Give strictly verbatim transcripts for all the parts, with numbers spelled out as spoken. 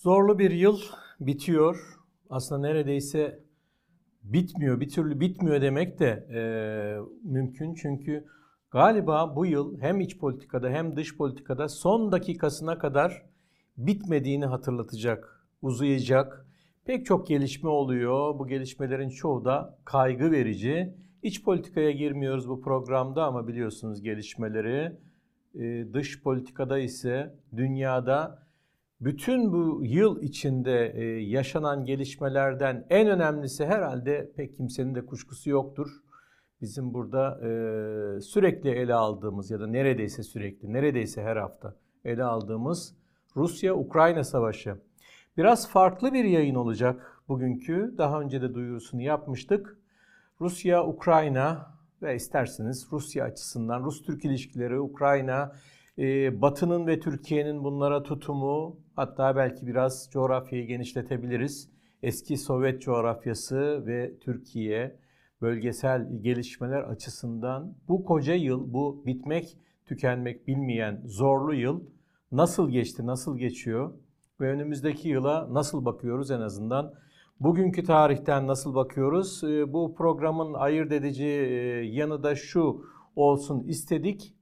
Zorlu bir yıl bitiyor. Aslında neredeyse bitmiyor, bir türlü bitmiyor demek de e, mümkün. Çünkü galiba bu yıl hem iç politikada hem dış politikada son dakikasına kadar bitmediğini hatırlatacak, uzayacak. Pek çok gelişme oluyor. Bu gelişmelerin çoğu da kaygı verici. İç politikaya girmiyoruz bu programda ama biliyorsunuz gelişmeleri. E, dış politikada ise dünyada bütün bu yıl içinde e, yaşanan gelişmelerden en önemlisi herhalde pek kimsenin de kuşkusu yoktur. Bizim burada e, sürekli ele aldığımız ya da neredeyse sürekli, neredeyse her hafta ele aldığımız Rusya-Ukrayna savaşı. Biraz farklı bir yayın olacak bugünkü. Daha önce de duyurusunu yapmıştık. Rusya-Ukrayna ve isterseniz Rusya açısından Rus-Türk ilişkileri, Ukrayna, e, Batı'nın ve Türkiye'nin bunlara tutumu, hatta belki biraz coğrafyayı genişletebiliriz. Eski Sovyet coğrafyası ve Türkiye, bölgesel gelişmeler açısından bu koca yıl, bu bitmek, tükenmek bilmeyen zorlu yıl nasıl geçti, nasıl geçiyor ve önümüzdeki yıla nasıl bakıyoruz en azından? Bugünkü tarihten nasıl bakıyoruz? Bu programın ayırt edici yanı da şu olsun istedik.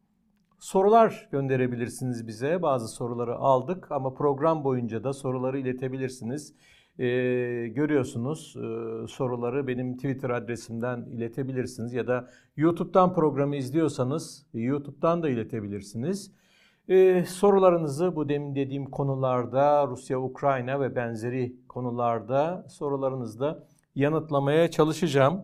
Sorular gönderebilirsiniz bize. Bazı soruları aldık ama program boyunca da soruları iletebilirsiniz. Ee, görüyorsunuz e, soruları benim Twitter adresimden iletebilirsiniz ya da YouTube'dan programı izliyorsanız YouTube'dan da iletebilirsiniz. Ee, sorularınızı bu demin dediğim konularda, Rusya, Ukrayna ve benzeri konularda sorularınızı yanıtlamaya çalışacağım.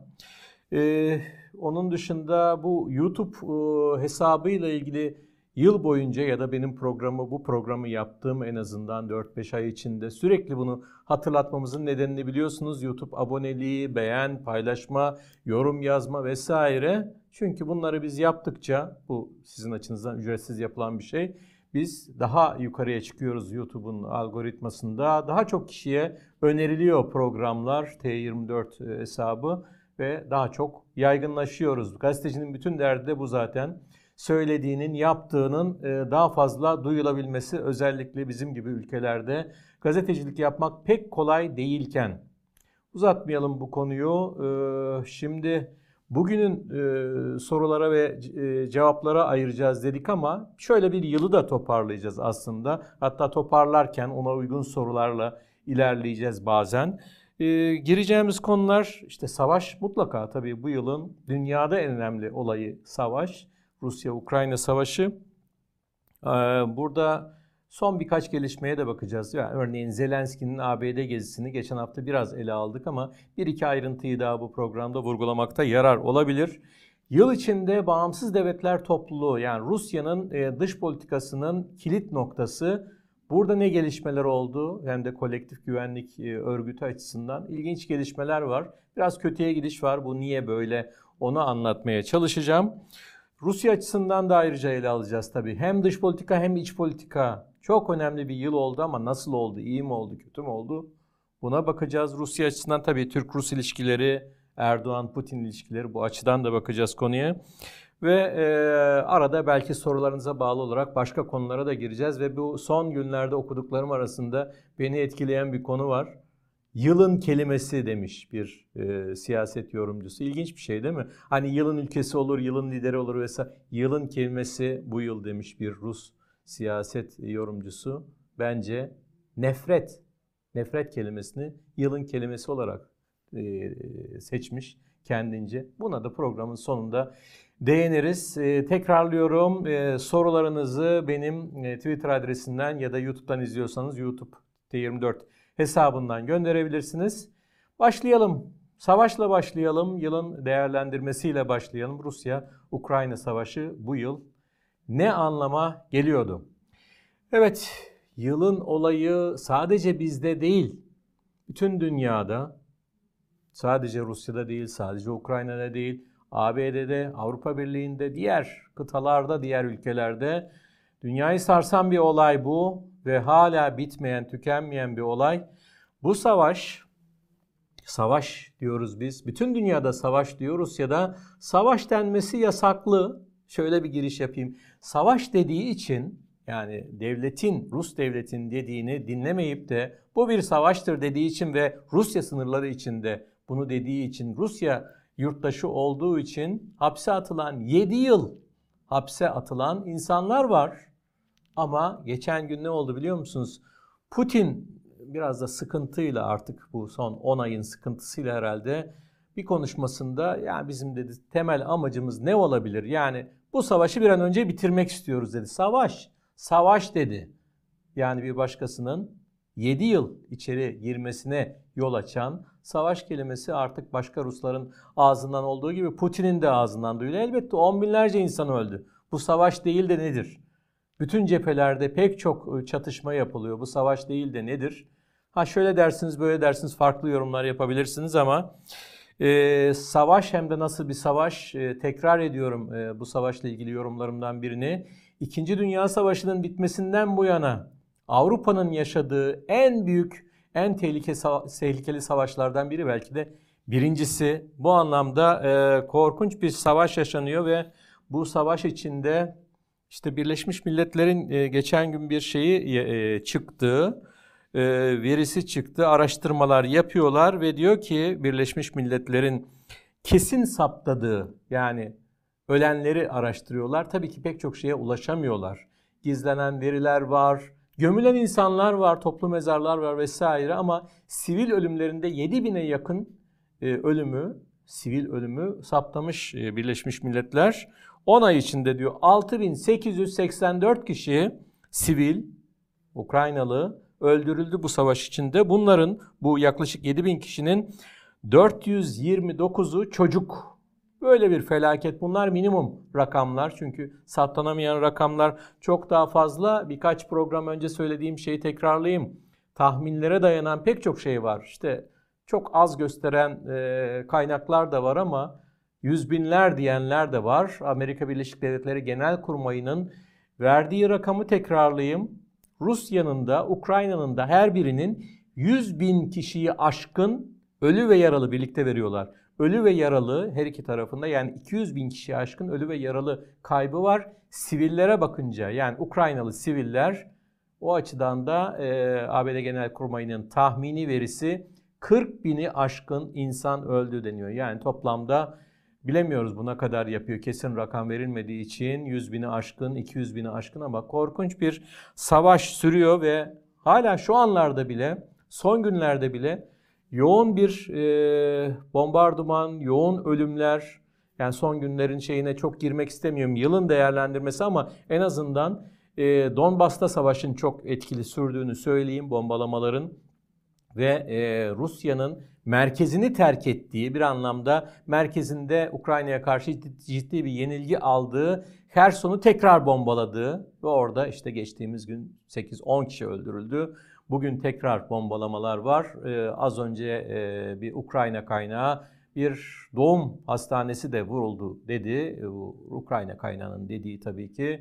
Ee, onun dışında bu YouTube e, hesabıyla ilgili yıl boyunca ya da benim programı, bu programı yaptığım en azından dört beş ay içinde sürekli bunu hatırlatmamızın nedenini biliyorsunuz. YouTube aboneliği, beğen, paylaşma, yorum yazma vesaire. Çünkü bunları biz yaptıkça, bu sizin açınızdan ücretsiz yapılan bir şey, biz daha yukarıya çıkıyoruz YouTube'un algoritmasında. Daha çok kişiye öneriliyor programlar, T yirmi dört hesabı ve daha çok yaygınlaşıyoruz. Gazetecinin bütün derdi de bu zaten. Söylediğinin, yaptığının daha fazla duyulabilmesi, özellikle bizim gibi ülkelerde gazetecilik yapmak pek kolay değilken. Uzatmayalım bu konuyu. Şimdi bugünün sorulara ve cevaplara ayıracağız dedik ama şöyle bir yılı da toparlayacağız aslında. Hatta toparlarken ona uygun sorularla ilerleyeceğiz bazen. Ee, gireceğimiz konular işte savaş, mutlaka tabii bu yılın dünyada en önemli olayı savaş. Rusya-Ukrayna savaşı. Ee, burada son birkaç gelişmeye de bakacağız. Yani örneğin Zelenski'nin A B D gezisini geçen hafta biraz ele aldık ama bir iki ayrıntıyı daha bu programda vurgulamakta yarar olabilir. Yıl içinde bağımsız devletler topluluğu, yani Rusya'nın e, dış politikasının kilit noktası. Burada ne gelişmeler oldu hem de kolektif güvenlik örgütü açısından ilginç gelişmeler var. Biraz kötüye gidiş var. Bu niye böyle, onu anlatmaya çalışacağım. Rusya açısından da ayrıca ele alacağız tabii. Hem dış politika hem iç politika. Çok önemli bir yıl oldu ama nasıl oldu? İyi mi oldu, kötü mü oldu? Buna bakacağız. Rusya açısından tabii Türk-Rus ilişkileri, Erdoğan-Putin ilişkileri, bu açıdan da bakacağız konuya. Ve e, arada belki sorularınıza bağlı olarak başka konulara da gireceğiz. Ve bu son günlerde okuduklarım arasında beni etkileyen bir konu var. Yılın kelimesi demiş bir e, siyaset yorumcusu. İlginç bir şey değil mi? Hani yılın ülkesi olur, yılın lideri olur vesaire. Yılın kelimesi bu yıl demiş bir Rus siyaset yorumcusu. Bence nefret, nefret kelimesini yılın kelimesi olarak e, seçmiş kendince. Buna da programın sonunda değiniriz. E, tekrarlıyorum, e, sorularınızı benim e, Twitter adresinden ya da YouTube'dan izliyorsanız YouTube T yirmi dört hesabından gönderebilirsiniz. Başlayalım. Savaşla başlayalım. Yılın değerlendirmesiyle başlayalım. Rusya-Ukrayna savaşı bu yıl ne anlama geliyordu? Evet, yılın olayı sadece bizde değil, bütün dünyada, sadece Rusya'da değil, sadece Ukrayna'da değil, A B D'de, Avrupa Birliği'nde, diğer kıtalarda, diğer ülkelerde dünyayı sarsan bir olay bu ve hala bitmeyen, tükenmeyen bir olay. Bu savaş, savaş diyoruz biz, bütün dünyada savaş diyoruz ya da savaş denmesi yasaklı. Şöyle bir giriş yapayım. Savaş dediği için yani devletin, Rus devletin dediğini dinlemeyip de bu bir savaştır dediği için ve Rusya sınırları içinde bunu dediği için, Rusya yurttaşı olduğu için hapse atılan, yedi yıl hapse atılan insanlar var. Ama geçen gün ne oldu biliyor musunuz? Putin biraz da sıkıntıyla, artık bu son on ayın sıkıntısıyla herhalde, bir konuşmasında yani bizim dedi temel amacımız ne olabilir? Yani bu savaşı bir an önce bitirmek istiyoruz dedi. Savaş, savaş dedi. Yani bir başkasının yedi yıl içeri girmesine yol açan savaş kelimesi artık başka Rusların ağzından olduğu gibi Putin'in de ağzından duyuluyor. Elbette on binlerce insan öldü. Bu savaş değil de nedir? Bütün cephelerde pek çok çatışma yapılıyor. Bu savaş değil de nedir? Ha şöyle dersiniz, böyle dersiniz, farklı yorumlar yapabilirsiniz ama e, savaş, hem de nasıl bir savaş? E, tekrar ediyorum e, bu savaşla ilgili yorumlarımdan birini. İkinci Dünya Savaşı'nın bitmesinden bu yana Avrupa'nın yaşadığı en büyük, en tehlikeli, tehlikeli savaşlardan biri, belki de birincisi. Bu anlamda e, korkunç bir savaş yaşanıyor ve bu savaş içinde işte Birleşmiş Milletler'in e, geçen gün bir şeyi e, çıktı, e, verisi çıktı, araştırmalar yapıyorlar ve diyor ki Birleşmiş Milletler'in kesin saptadığı, yani ölenleri araştırıyorlar. Tabii ki pek çok şeye ulaşamıyorlar. Gizlenen veriler var, gömülen insanlar var, toplu mezarlar var vesaire, ama sivil ölümlerinde yedi bine yakın e, ölümü, sivil ölümü saptamış e, Birleşmiş Milletler. on ay içinde diyor altı bin sekiz yüz seksen dört kişi sivil, Ukraynalı öldürüldü bu savaş içinde. Bunların, bu yaklaşık yedi bin kişinin dört yüz yirmi dokuzu çocuk. Böyle bir felaket. Bunlar minimum rakamlar, çünkü saptanamayan rakamlar çok daha fazla. Birkaç program önce söylediğim şeyi tekrarlayayım. Tahminlere dayanan pek çok şey var. İşte çok az gösteren e, kaynaklar da var ama yüz binler diyenler de var. Amerika Birleşik Devletleri Genelkurmayı'nın verdiği rakamı tekrarlayayım. Rusya'nın da Ukrayna'nın da her birinin yüz bin kişiyi aşkın ölü ve yaralı birlikte veriyorlar. Ölü ve yaralı her iki tarafında, yani iki yüz bin kişiye aşkın ölü ve yaralı kaybı var. Sivillere bakınca, yani Ukraynalı siviller, o açıdan da e, A B D Genelkurmayı'nın tahmini verisi kırk bini aşkın insan öldü deniyor. Yani toplamda bilemiyoruz buna kadar yapıyor, kesin rakam verilmediği için yüz bini aşkın, iki yüz bini aşkın, ama korkunç bir savaş sürüyor ve hala şu anlarda bile, son günlerde bile yoğun bir e, bombardıman, yoğun ölümler. Yani son günlerin şeyine çok girmek istemiyorum, yılın değerlendirmesi, ama en azından e, Donbas'ta savaşın çok etkili sürdüğünü söyleyeyim, bombalamaların ve e, Rusya'nın merkezini terk ettiği, bir anlamda merkezinde Ukrayna'ya karşı ciddi bir yenilgi aldığı Kherson'u tekrar bombaladığı ve orada işte geçtiğimiz gün sekiz on kişi öldürüldü. Bugün tekrar bombalamalar var. Ee, az önce e, bir Ukrayna kaynağı bir doğum hastanesi de vuruldu dedi. Ee, Ukrayna kaynağının dediği tabii ki.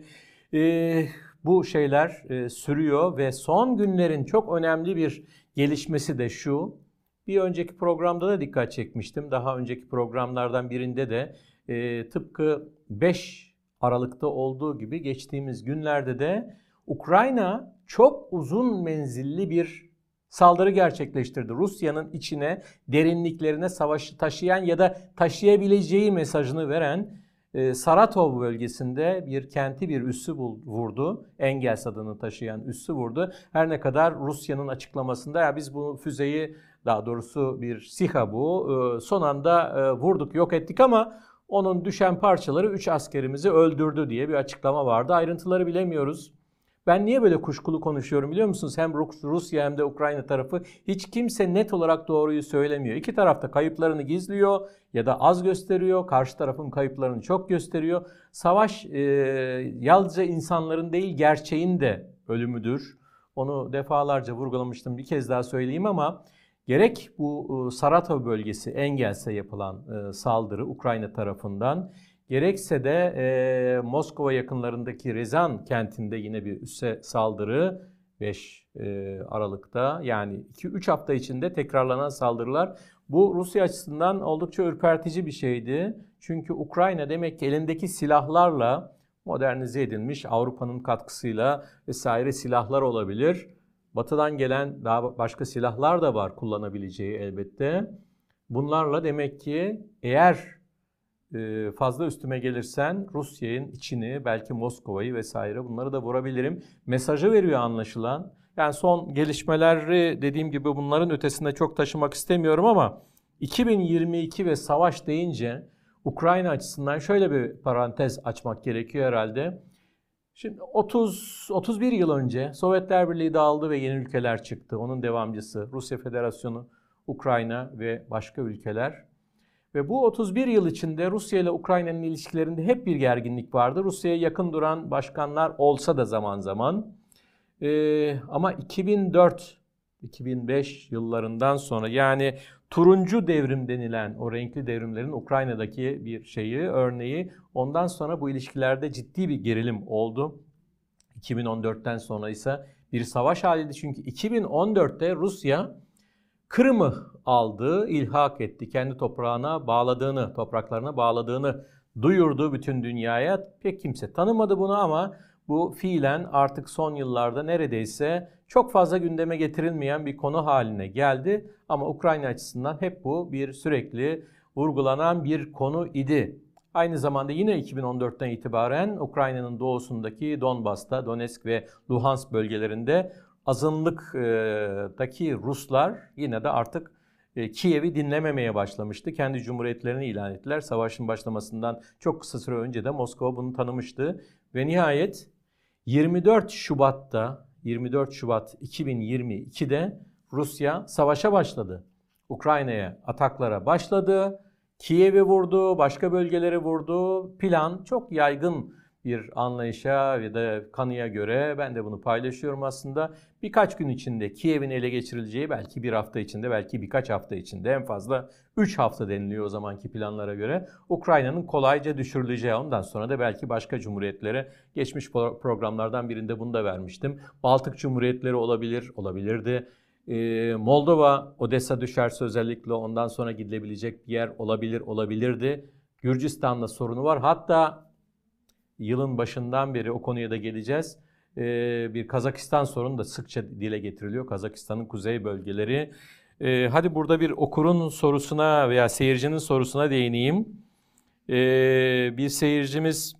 Ee, bu şeyler e, sürüyor ve son günlerin çok önemli bir gelişmesi de şu. Bir önceki programda da dikkat çekmiştim. Daha önceki programlardan birinde de e, tıpkı beş Aralık'ta olduğu gibi geçtiğimiz günlerde de Ukrayna çok uzun menzilli bir saldırı gerçekleştirdi. Rusya'nın içine, derinliklerine savaşı taşıyan ya da taşıyabileceği mesajını veren e, Saratov bölgesinde bir kenti, bir üssü vurdu. Engels adını taşıyan üssü vurdu. Her ne kadar Rusya'nın açıklamasında ya biz bu füzeyi, daha doğrusu bir SİHA bu, e, son anda e, vurduk, yok ettik ama onun düşen parçaları üç askerimizi öldürdü diye bir açıklama vardı. Ayrıntıları bilemiyoruz. Ben niye böyle kuşkulu konuşuyorum biliyor musunuz? Hem Rusya hem de Ukrayna tarafı hiç kimse net olarak doğruyu söylemiyor. İki taraf da kayıplarını gizliyor ya da az gösteriyor. Karşı tarafın kayıplarını çok gösteriyor. Savaş e, yalnızca insanların değil, gerçeğin de ölümüdür. Onu defalarca vurgulamıştım, bir kez daha söyleyeyim ama gerek bu Saratov bölgesi, Engels'e yapılan e, saldırı Ukrayna tarafından, gerekse de e, Moskova yakınlarındaki Rezan kentinde yine bir üsse saldırı beş e, Aralık'ta, yani iki üç hafta içinde tekrarlanan saldırılar. Bu Rusya açısından oldukça ürpertici bir şeydi. Çünkü Ukrayna demek ki elindeki silahlarla modernize edilmiş Avrupa'nın katkısıyla vesaire silahlar olabilir. Batı'dan gelen daha başka silahlar da var kullanabileceği elbette. Bunlarla demek ki eğer fazla üstüme gelirsen Rusya'nın içini, belki Moskova'yı vesaire bunları da vurabilirim mesajı veriyor anlaşılan. Yani son gelişmeleri dediğim gibi bunların ötesinde çok taşımak istemiyorum ama iki bin yirmi iki ve savaş deyince Ukrayna açısından şöyle bir parantez açmak gerekiyor herhalde. Şimdi otuz otuz bir yıl önce Sovyetler Birliği dağıldı ve yeni ülkeler çıktı. Onun devamcısı Rusya Federasyonu, Ukrayna ve başka ülkeler. Ve bu otuz bir yıl içinde Rusya ile Ukrayna'nın ilişkilerinde hep bir gerginlik vardı. Rusya'ya yakın duran başkanlar olsa da zaman zaman. Ee, ama iki bin dört iki bin beş yıllarından sonra, yani turuncu devrim denilen o renkli devrimlerin Ukrayna'daki bir şeyi, örneği, ondan sonra bu ilişkilerde ciddi bir gerilim oldu. iki bin on dörtten sonra ise bir savaş haliydi. Çünkü iki bin on dörtte Rusya Kırım'ı aldı, ilhak etti. Kendi toprağına bağladığını, topraklarına bağladığını duyurdu bütün dünyaya. Pek kimse tanımadı bunu ama bu fiilen artık son yıllarda neredeyse çok fazla gündeme getirilmeyen bir konu haline geldi. Ama Ukrayna açısından hep bu bir sürekli vurgulanan bir konu idi. Aynı zamanda yine iki bin on dörtten itibaren Ukrayna'nın doğusundaki Donbas'ta, Donetsk ve Luhansk bölgelerinde azınlıktaki Ruslar yine de artık Kiev'i dinlememeye başlamıştı. Kendi cumhuriyetlerini ilan ettiler. Savaşın başlamasından çok kısa süre önce de Moskova bunu tanımıştı. Ve nihayet yirmi dört Şubat'ta, yirmi dört Şubat iki bin yirmi iki'de Rusya savaşa başladı. Ukrayna'ya ataklara başladı. Kiev'i vurdu, başka bölgeleri vurdu. Plan çok yaygın bir anlayışa ya da kanıya göre, ben de bunu paylaşıyorum aslında. Birkaç gün içinde Kiev'in ele geçirileceği, belki bir hafta içinde, belki birkaç hafta içinde, en fazla üç hafta deniliyor o zamanki planlara göre, Ukrayna'nın kolayca düşürüleceği. Ondan sonra da belki başka cumhuriyetlere, geçmiş programlardan birinde bunu da vermiştim. Baltık cumhuriyetleri olabilir, olabilirdi. Ee, Moldova, Odessa düşerse özellikle ondan sonra gidilebilecek bir yer olabilir, olabilirdi. Gürcistan'la sorunu var. Hatta yılın başından beri o konuya da geleceğiz. Ee, bir Kazakistan sorunu da sıkça dile getiriliyor. Kazakistan'ın kuzey bölgeleri. Ee, hadi burada bir okurun sorusuna veya seyircinin sorusuna değineyim. Ee, bir seyircimiz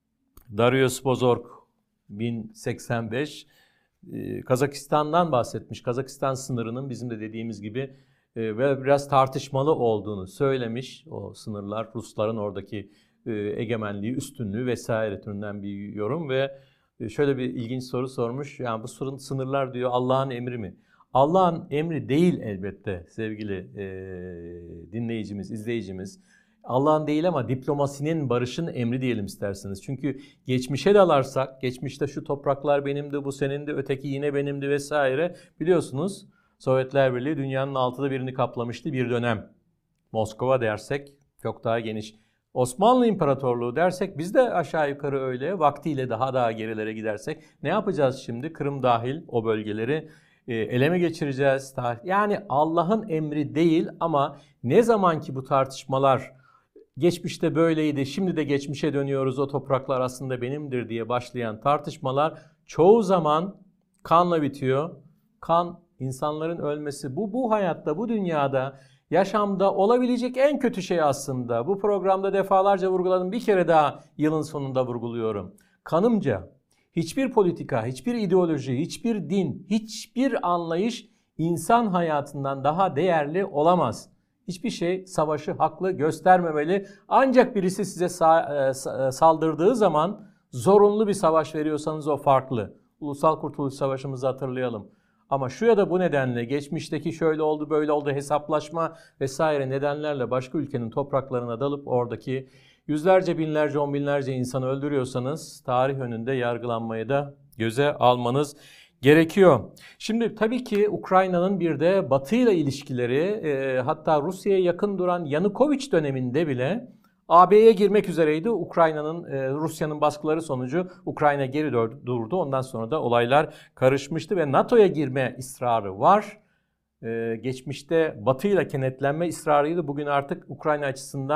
Darius Bozorg bin seksen beş ee, Kazakistan'dan bahsetmiş. Kazakistan sınırının bizim de dediğimiz gibi e, ve biraz tartışmalı olduğunu söylemiş. O sınırlar, Rusların oradaki egemenliği, üstünlüğü vesaire türünden bir yorum ve şöyle bir ilginç soru sormuş. Yani bu sınırlar diyor Allah'ın emri mi? Allah'ın emri değil elbette sevgili e, dinleyicimiz, izleyicimiz. Allah'ın değil ama diplomasinin, barışın emri diyelim isterseniz. Çünkü geçmişe dalarsak, geçmişte şu topraklar benimdi, bu senindi, öteki yine benimdi vesaire. Biliyorsunuz Sovyetler Birliği dünyanın altıda birini kaplamıştı bir dönem. Moskova dersek çok daha geniş. Osmanlı İmparatorluğu dersek biz de aşağı yukarı öyle. Vaktiyle daha daha gerilere gidersek ne yapacağız şimdi? Kırım dahil o bölgeleri e, ele mi geçireceğiz? Yani Allah'ın emri değil ama ne zaman ki bu tartışmalar geçmişte böyleydi, şimdi de geçmişe dönüyoruz, o topraklar aslında benimdir diye başlayan tartışmalar çoğu zaman kanla bitiyor. Kan, insanların ölmesi, bu bu hayatta, bu dünyada, yaşamda olabilecek en kötü şey aslında. Bu programda defalarca vurguladım, bir kere daha yılın sonunda vurguluyorum. Kanımca hiçbir politika, hiçbir ideoloji, hiçbir din, hiçbir anlayış insan hayatından daha değerli olamaz. Hiçbir şey savaşı haklı göstermemeli. Ancak birisi size saldırdığı zaman zorunlu bir savaş veriyorsanız o farklı. Ulusal Kurtuluş Savaşımızı hatırlayalım. Ama şu ya da bu nedenle geçmişteki şöyle oldu böyle oldu hesaplaşma vesaire nedenlerle başka ülkenin topraklarına dalıp oradaki yüzlerce binlerce on binlerce insanı öldürüyorsanız tarih önünde yargılanmayı da göze almanız gerekiyor. Şimdi tabii ki Ukrayna'nın bir de Batı ile ilişkileri e, hatta Rusya'ya yakın duran Yanukovych döneminde bile A B'ye girmek üzereydi. Ukrayna'nın, e, Rusya'nın baskıları sonucu Ukrayna geri durdu. Ondan sonra da olaylar karışmıştı ve NATO'ya girme ısrarı var. E, geçmişte Batı ile kenetlenme ısrarıydı. Bugün artık Ukrayna açısından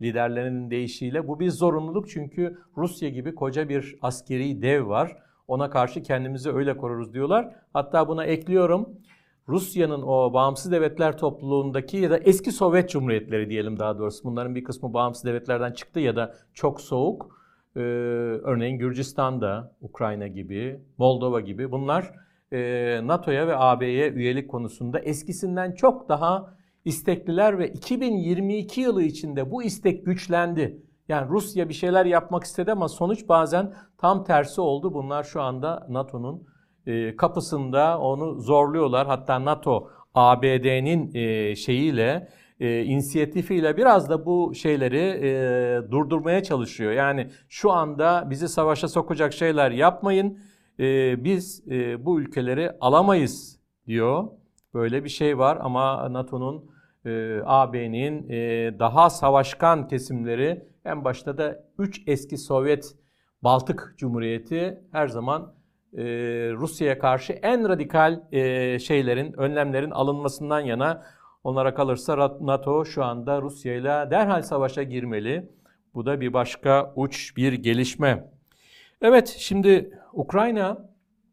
liderlerinin değişiyle. Bu bir zorunluluk çünkü Rusya gibi koca bir askeri dev var. Ona karşı kendimizi öyle koruruz diyorlar. Hatta buna ekliyorum. Rusya'nın o bağımsız devletler topluluğundaki ya da eski Sovyet Cumhuriyetleri diyelim daha doğrusu. Bunların bir kısmı bağımsız devletlerden çıktı ya da çok soğuk. Ee, örneğin Gürcistan'da, Ukrayna gibi, Moldova gibi bunlar e, NATO'ya ve A B'ye üyelik konusunda eskisinden çok daha istekliler ve iki bin yirmi iki yılı içinde bu istek güçlendi. Yani Rusya bir şeyler yapmak istedi ama sonuç bazen tam tersi oldu. Bunlar şu anda NATO'nun e, kapısında onu zorluyorlar. Hatta NATO A B D'nin e, şeyiyle, e, inisiyatifiyle biraz da bu şeyleri e, durdurmaya çalışıyor. Yani şu anda bizi savaşa sokacak şeyler yapmayın. E, biz e, bu ülkeleri alamayız diyor. Böyle bir şey var ama NATO'nun, e, A B'nin e, daha savaşkan kesimleri, en başta da üç eski Sovyet Baltık Cumhuriyeti her zaman e, Rusya'ya karşı en radikal e, şeylerin, önlemlerin alınmasından yana. Onlara kalırsa NATO şu anda Rusya ile derhal savaşa girmeli. Bu da bir başka uç bir gelişme. Evet, şimdi Ukrayna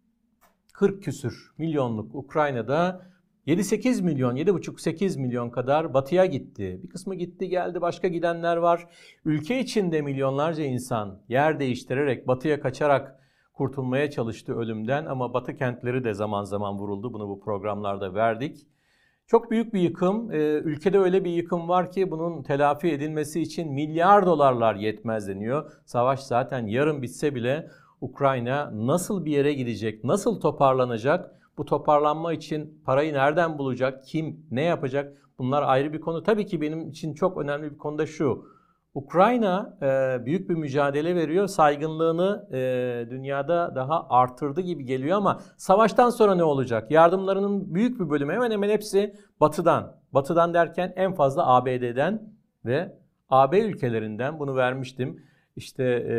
kırk küsür milyonluk Ukrayna'da yedi sekiz milyon, yedi buçuk sekiz milyon kadar batıya gitti. Bir kısmı gitti geldi, başka gidenler var. Ülke içinde milyonlarca insan yer değiştirerek batıya kaçarak kurtulmaya çalıştı ölümden ama batı kentleri de zaman zaman vuruldu. Bunu bu programlarda verdik. Çok büyük bir yıkım. Ülkede öyle bir yıkım var ki bunun telafi edilmesi için milyar dolarlar yetmez deniyor. Savaş zaten yarın bitse bile Ukrayna nasıl bir yere gidecek, nasıl toparlanacak? Bu toparlanma için parayı nereden bulacak, kim ne yapacak? Bunlar ayrı bir konu. Tabii ki benim için çok önemli bir konu da şu. Ukrayna e, büyük bir mücadele veriyor. Saygınlığını e, dünyada daha artırdı gibi geliyor ama savaştan sonra ne olacak? Yardımlarının büyük bir bölümü, hemen hemen hepsi batıdan. Batıdan derken en fazla A B D'den ve A B ülkelerinden, bunu vermiştim. İşte e,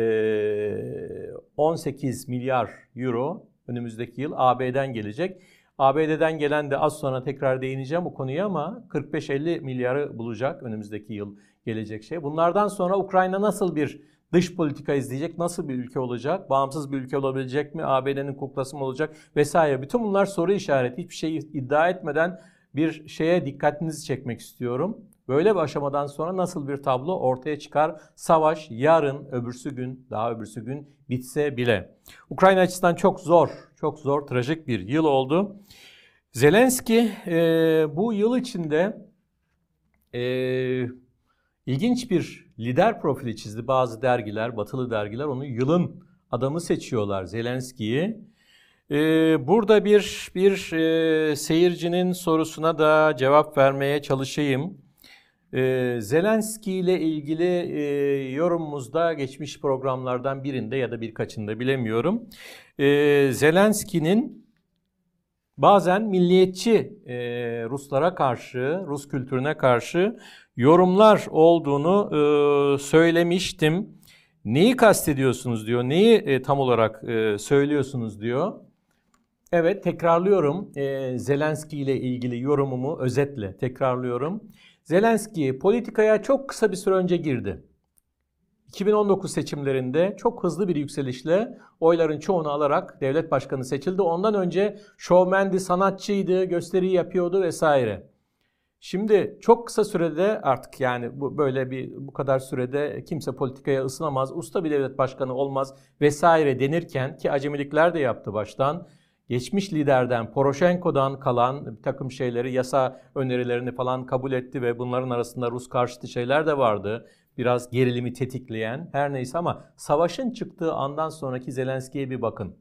on sekiz milyar euro önümüzdeki yıl A B'den gelecek. A B D'den gelen de az sonra tekrar değineceğim bu konuya ama kırk beş elli milyarı bulacak önümüzdeki yıl gelecek şey. Bunlardan sonra Ukrayna nasıl bir dış politika izleyecek, nasıl bir ülke olacak, bağımsız bir ülke olabilecek mi, A B D'nin kuklası mı olacak vesaire. Bütün bunlar soru işareti. Hiçbir şey iddia etmeden bir şeye dikkatinizi çekmek istiyorum. Böyle bir aşamadan sonra nasıl bir tablo ortaya çıkar? Savaş yarın, öbürsü gün, daha öbürsü gün bitse bile. Ukrayna açısından çok zor, çok zor, trajik bir yıl oldu. Zelenski e, bu yıl içinde e, ilginç bir lider profili çizdi. Bazı dergiler, batılı dergiler onu yılın adamı seçiyorlar, Zelenski'yi. E, burada bir bir e, seyircinin sorusuna da cevap vermeye çalışayım. Ee, Zelenski ile ilgili e, yorumumuzda geçmiş programlardan birinde ya da birkaçında bilemiyorum. Ee, Zelenski'nin bazen milliyetçi e, Ruslara karşı, Rus kültürüne karşı yorumlar olduğunu e, söylemiştim. Neyi kastediyorsunuz diyor, neyi e, tam olarak e, söylüyorsunuz diyor. Evet, tekrarlıyorum. E, Zelenski ile ilgili yorumumu özetle tekrarlıyorum. Zelenski politikaya çok kısa bir süre önce girdi. iki bin on dokuz seçimlerinde çok hızlı bir yükselişle oyların çoğunu alarak devlet başkanı seçildi. Ondan önce şovmendi, sanatçıydı, gösteri yapıyordu vesaire. Şimdi çok kısa sürede artık, yani bu böyle bir bu kadar sürede kimse politikaya ısınamaz, usta bir devlet başkanı olmaz vesaire denirken, ki acemilikler de yaptı baştan. Geçmiş liderden, Poroshenko'dan kalan bir takım şeyleri, yasa önerilerini falan kabul etti ve bunların arasında Rus karşıtı şeyler de vardı. Biraz gerilimi tetikleyen, her neyse, ama savaşın çıktığı andan sonraki Zelenski'ye bir bakın.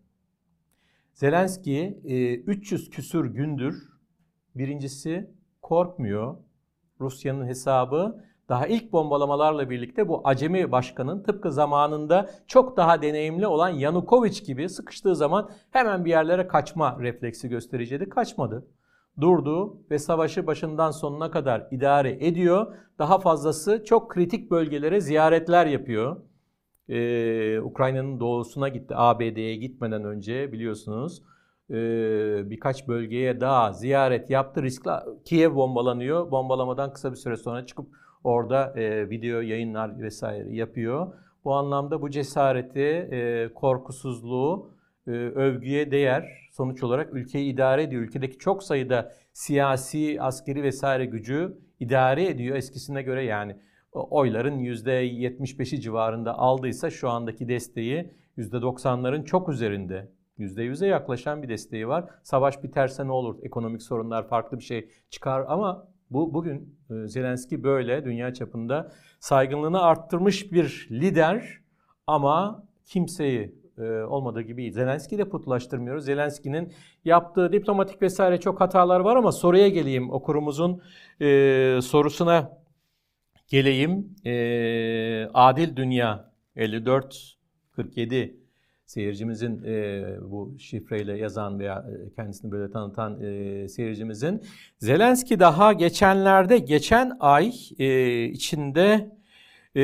Zelenski üç yüz küsür gündür birincisi korkmuyor. Rusya'nın hesabı, daha ilk bombalamalarla birlikte bu acemi başkanın tıpkı zamanında çok daha deneyimli olan Yanukovych gibi sıkıştığı zaman hemen bir yerlere kaçma refleksi göstericiydi. Kaçmadı. Durdu ve savaşı başından sonuna kadar idare ediyor. Daha fazlası çok kritik bölgelere ziyaretler yapıyor. Ee, Ukrayna'nın doğusuna gitti, A B D'ye gitmeden önce biliyorsunuz. Ee, birkaç bölgeye daha ziyaret yaptı. Riskli. Kiev bombalanıyor. Bombalamadan kısa bir süre sonra çıkıp Orada e, video yayınlar vesaire yapıyor. Bu anlamda bu cesareti, e, korkusuzluğu, e, övgüye değer. Sonuç olarak ülkeyi idare ediyor. Ülkedeki çok sayıda siyasi, askeri vesaire gücü idare ediyor eskisine göre yani. Oyların yüzde yetmiş beşi civarında aldıysa şu andaki desteği yüzde doksanların çok üzerinde. yüzde yüze yaklaşan bir desteği var. Savaş biterse ne olur? Ekonomik sorunlar, farklı bir şey çıkar ama bu bugün Zelenski böyle dünya çapında saygınlığını arttırmış bir lider ama kimseyi olmadığı gibi Zelenski'yi de putlaştırmıyoruz. Zelenski'nin yaptığı diplomatik vesaire çok hatalar var ama soruya geleyim. Okurumuzun e, sorusuna geleyim. E, Adil Dünya elli dört kırk yedi seyircimizin e, bu şifreyle yazan veya kendisini böyle tanıtan e, seyircimizin Zelenski daha geçenlerde geçen ay e, içinde e,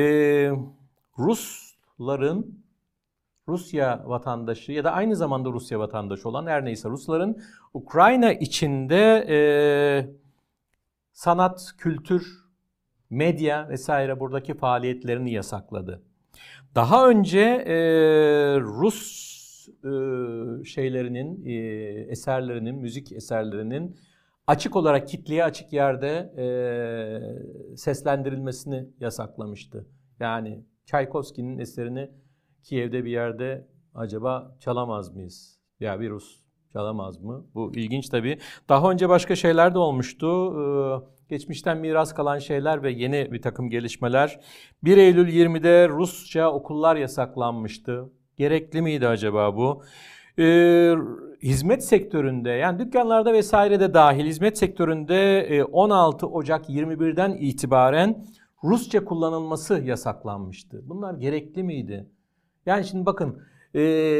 Rusların Rusya vatandaşı ya da aynı zamanda Rusya vatandaşı olan her neyse Rusların Ukrayna içinde e, sanat, kültür, medya vesaire buradaki faaliyetlerini yasakladı. Daha önce e, Rus e, şeylerinin, e, eserlerinin, müzik eserlerinin açık olarak kitleye açık yerde e, seslendirilmesini yasaklamıştı. Yani Çaykovski'nin eserini Kiev'de bir yerde acaba çalamaz mıyız? Ya bir Rus çalamaz mı? Bu ilginç tabii. Daha önce başka şeyler de olmuştu. Ee, geçmişten miras kalan şeyler ve yeni bir takım gelişmeler. bir Eylül yirmide Rusça okullar yasaklanmıştı. Gerekli miydi acaba bu? Ee, hizmet sektöründe yani dükkanlarda vesaire de dahil hizmet sektöründe on altı Ocak yirmi birden itibaren Rusça kullanılması yasaklanmıştı. Bunlar gerekli miydi? Yani şimdi bakın e,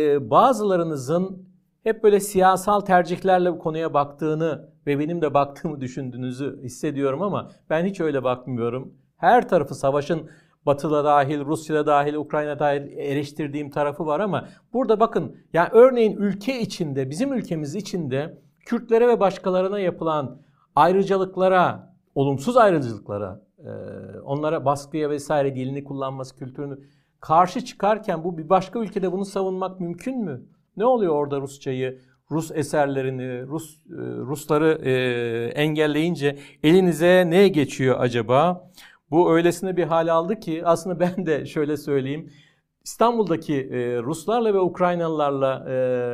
bazılarınızın hep böyle siyasal tercihlerle bu konuya baktığını ve benim de baktığımı düşündüğünüzü hissediyorum ama ben hiç öyle bakmıyorum. Her tarafı savaşın Batı'da dahil, Rusya'da dahil, Ukrayna dahil eleştirdiğim tarafı var ama burada bakın yani örneğin ülke içinde, bizim ülkemiz içinde Kürtlere ve başkalarına yapılan ayrıcalıklara, olumsuz ayrıcalıklara, e, onlara baskıya vesaire dilini kullanması, kültürünü karşı çıkarken bu bir başka ülkede bunu savunmak mümkün mü? Ne oluyor orada Rusçayı, Rus eserlerini, Rus Rusları e, engelleyince elinize ne geçiyor acaba? Bu öylesine bir hal aldı ki aslında ben de şöyle söyleyeyim. İstanbul'daki e, Ruslarla ve Ukraynalılarla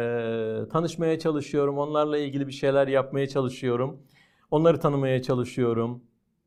e, tanışmaya çalışıyorum. Onlarla ilgili bir şeyler yapmaya çalışıyorum. Onları tanımaya çalışıyorum.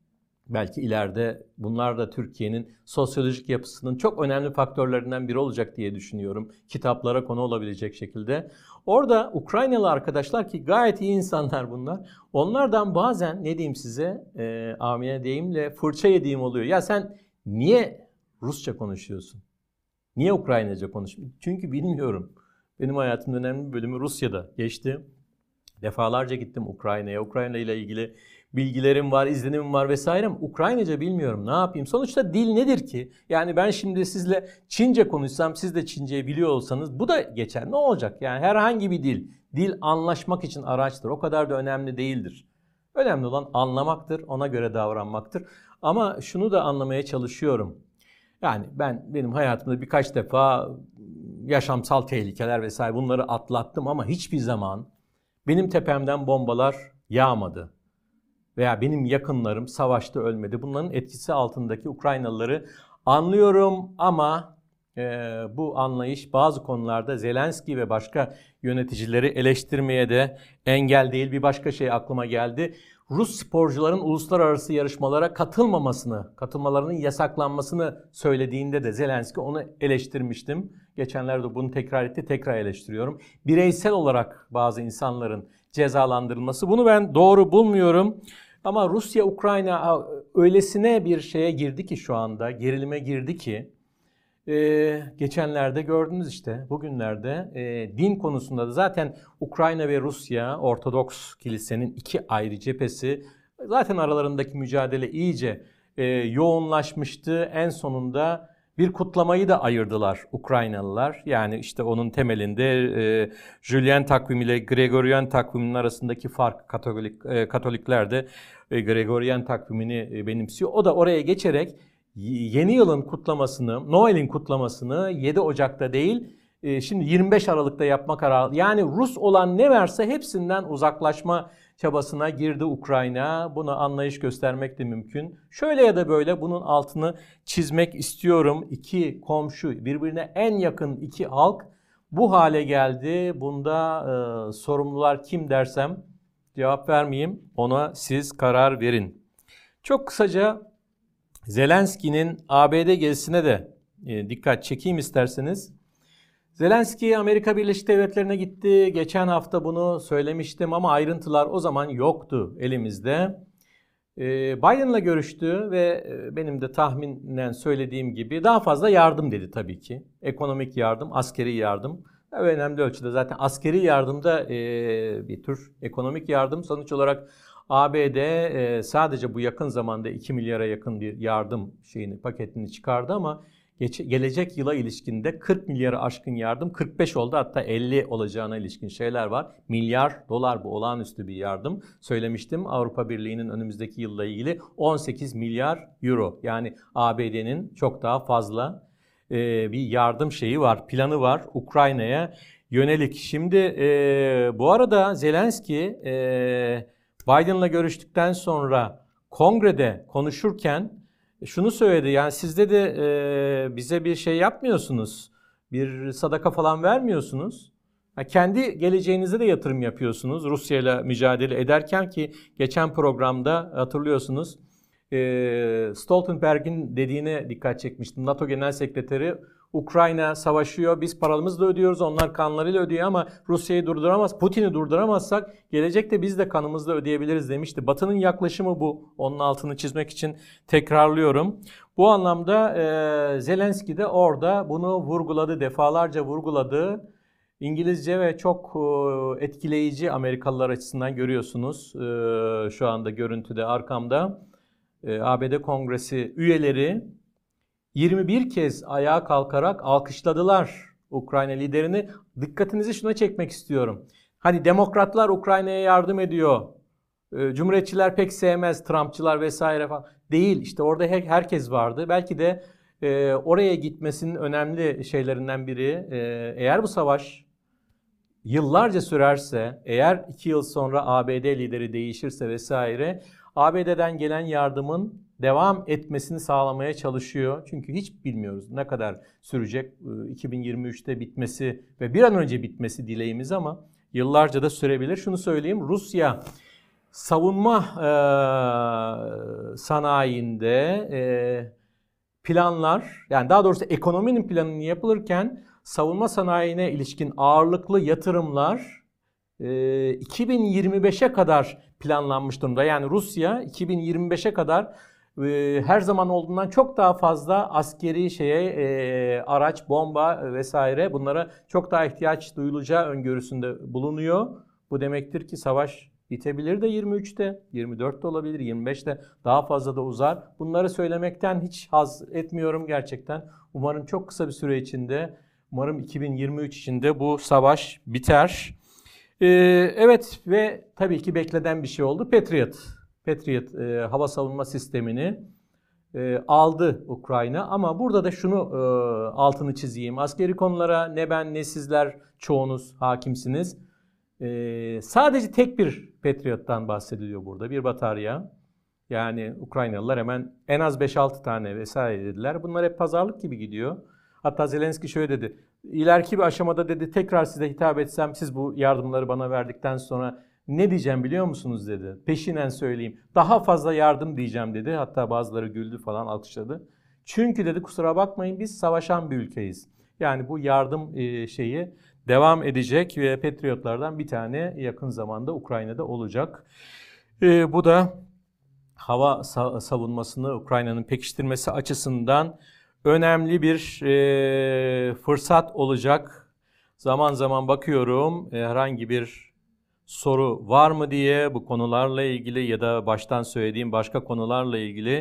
Belki ileride bunlar da Türkiye'nin sosyolojik yapısının çok önemli faktörlerinden biri olacak diye düşünüyorum. Kitaplara konu olabilecek şekilde. Orada Ukraynalı arkadaşlar ki gayet iyi insanlar bunlar. Onlardan bazen ne diyeyim size e, amine deyimle fırça yediğim oluyor. Ya sen niye Rusça konuşuyorsun? Niye Ukraynaca konuşuyorsun? Çünkü bilmiyorum. Benim hayatımın önemli bir bölümü Rusya'da geçti. Defalarca gittim Ukrayna'ya. Ukrayna ile ilgili bilgilerim var, izlenimim var vesaire. Ukraynaca bilmiyorum. Ne yapayım? Sonuçta dil nedir ki? Yani ben şimdi sizle Çince konuşsam, siz de Çince'yi biliyor olsanız bu da geçer. Ne olacak? Yani herhangi bir dil. Dil anlaşmak için araçtır. O kadar da önemli değildir. Önemli olan anlamaktır, ona göre davranmaktır. Ama şunu da anlamaya çalışıyorum. Yani ben benim hayatımda birkaç defa yaşamsal tehlikeler vesaire bunları atlattım ama hiçbir zaman benim tepemden bombalar yağmadı. Veya benim yakınlarım savaşta ölmedi. Bunların etkisi altındaki Ukraynalıları anlıyorum ama e, bu anlayış bazı konularda Zelenski ve başka yöneticileri eleştirmeye de engel değil. Bir başka şey aklıma geldi. Rus sporcuların uluslararası yarışmalara katılmamasını, katılmalarının yasaklanmasını söylediğinde de Zelenski onu eleştirmiştim. Geçenlerde bunu tekrar etti, tekrar eleştiriyorum. Bireysel olarak bazı insanların cezalandırılması, bunu ben doğru bulmuyorum. Ama Rusya-Ukrayna öylesine bir şeye girdi ki şu anda, gerilime girdi ki, Ee, geçenlerde gördünüz işte bugünlerde e, din konusunda da zaten Ukrayna ve Rusya Ortodoks Kilisenin iki ayrı cephesi zaten aralarındaki mücadele iyice e, yoğunlaşmıştı. En sonunda Bir kutlamayı da ayırdılar Ukraynalılar. Yani işte onun temelinde e, Julian takvimi ile Gregorian takviminin arasındaki fark, Katolik e, Katolikler de e, Gregorian takvimini e, benimsiyor. O da oraya geçerek yeni yılın kutlamasını, Noel'in kutlamasını yedi Ocak'ta değil, e, şimdi yirmi beş Aralık'ta yapma kararı. Yani Rus olan ne varsa hepsinden uzaklaşma çabasına girdi Ukrayna. Buna anlayış göstermek de mümkün. Şöyle ya da böyle bunun altını çizmek istiyorum. İki komşu, birbirine en yakın iki halk bu hale geldi. Bunda e, sorumlular kim dersem cevap vermeyeyim. Ona siz karar verin. Çok kısaca Zelenski'nin A B D gezisine de e, dikkat çekeyim isterseniz. Zelenski Amerika Birleşik Devletleri'ne gitti. Geçen hafta bunu söylemiştim ama ayrıntılar o zaman yoktu elimizde. Biden'la görüştü ve benim de tahminen söylediğim gibi daha fazla yardım dedi tabii ki. Ekonomik yardım, askeri yardım. Önemli ölçüde zaten askeri yardımda bir tür ekonomik yardım. Sonuç olarak A B D sadece bu yakın zamanda iki milyara yakın bir yardım şeyini paketini çıkardı ama gelecek yıla ilişkinde kırk milyara aşkın yardım, kırk beş oldu, hatta elli olacağına ilişkin şeyler var. Milyar dolar, bu olağanüstü bir yardım. Söylemiştim, Avrupa Birliği'nin önümüzdeki yılla ilgili on sekiz milyar euro. Yani A B D'nin çok daha fazla e, bir yardım şeyi var, planı var Ukrayna'ya yönelik. Şimdi e, bu arada Zelenski e, Biden'la görüştükten sonra kongrede konuşurken şunu söyledi, yani siz de de e, bize bir şey yapmıyorsunuz, bir sadaka falan vermiyorsunuz. Ha, kendi geleceğinize de yatırım yapıyorsunuz Rusya ile mücadele ederken, ki geçen programda hatırlıyorsunuz e, Stoltenberg'in dediğine dikkat çekmiştim. NATO Genel Sekreteri, Ukrayna savaşıyor, biz paramızla ödüyoruz, onlar kanlarıyla ödüyor ama Rusya'yı durduramaz, Putin'i durduramazsak gelecekte biz de kanımızla ödeyebiliriz demişti. Batı'nın yaklaşımı bu. Onun altını çizmek için tekrarlıyorum. Bu anlamda e, Zelenski de orada bunu vurguladı, defalarca vurguladı. İngilizce ve çok e, etkileyici, Amerikalılar açısından görüyorsunuz e, şu anda görüntüde arkamda. E, A B D Kongresi üyeleri yirmi bir kez ayağa kalkarak alkışladılar Ukrayna liderini. Dikkatinizi şuna çekmek istiyorum. Hani demokratlar Ukrayna'ya yardım ediyor, cumhuriyetçiler pek sevmez, Trumpçılar vesaire falan. Değil, işte orada herkes vardı. Belki de e, oraya gitmesinin önemli şeylerinden biri, e, eğer bu savaş yıllarca sürerse, eğer iki yıl sonra A B D lideri değişirse vesaire, A B D'den gelen yardımın devam etmesini sağlamaya çalışıyor. Çünkü hiç bilmiyoruz ne kadar sürecek. iki bin yirmi üçte bitmesi ve bir an önce bitmesi dileğimiz ama yıllarca da sürebilir. Şunu söyleyeyim, Rusya savunma e, sanayinde e, planlar, yani daha doğrusu ekonominin planını yapılırken savunma sanayine ilişkin ağırlıklı yatırımlar e, iki bin yirmi beşe kadar planlanmış durumda. Yani Rusya iki bin yirmi beşe kadar e, her zaman olduğundan çok daha fazla askeri şeye, e, araç, bomba vesaire, bunlara çok daha ihtiyaç duyulacağı öngörüsünde bulunuyor. Bu demektir ki savaş bitebilir de yirmi üçte, yirmi dörtte olabilir, yirmi beşte, daha fazla da uzar. Bunları söylemekten hiç haz etmiyorum gerçekten. Umarım çok kısa bir süre içinde, umarım iki bin yirmi üç içinde bu savaş biter. Ee, evet ve tabii ki beklenen bir şey oldu. Patriot, Patriot e, hava savunma sistemini e, aldı Ukrayna. Ama burada da şunu e, altını çizeyim. Askeri konulara ne ben ne sizler çoğunuz hakimsiniz. Ee, sadece tek bir Patriot'tan bahsediliyor burada. Bir batarya. Yani Ukraynalılar hemen en az beş altı tane vesaire dediler. Bunlar hep pazarlık gibi gidiyor. Hatta Zelenski şöyle dedi. İleriki bir aşamada dedi, tekrar size hitap etsem, siz bu yardımları bana verdikten sonra ne diyeceğim biliyor musunuz dedi. Peşinen söyleyeyim. Daha fazla yardım diyeceğim dedi. Hatta bazıları güldü falan, alkışladı. Çünkü dedi, kusura bakmayın, biz savaşan bir ülkeyiz. Yani bu yardım şeyi devam edecek ve Patriotlardan bir tane yakın zamanda Ukrayna'da olacak. E, bu da hava sa- savunmasını Ukrayna'nın pekiştirmesi açısından önemli bir e, fırsat olacak. Zaman zaman bakıyorum e, herhangi bir soru var mı diye, bu konularla ilgili ya da baştan söylediğim başka konularla ilgili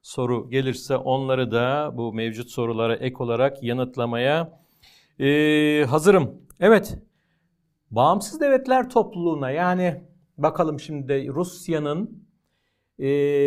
soru gelirse onları da bu mevcut sorulara ek olarak yanıtlamaya e, hazırım. Evet, bağımsız devletler topluluğuna, yani bakalım şimdi Rusya'nın e,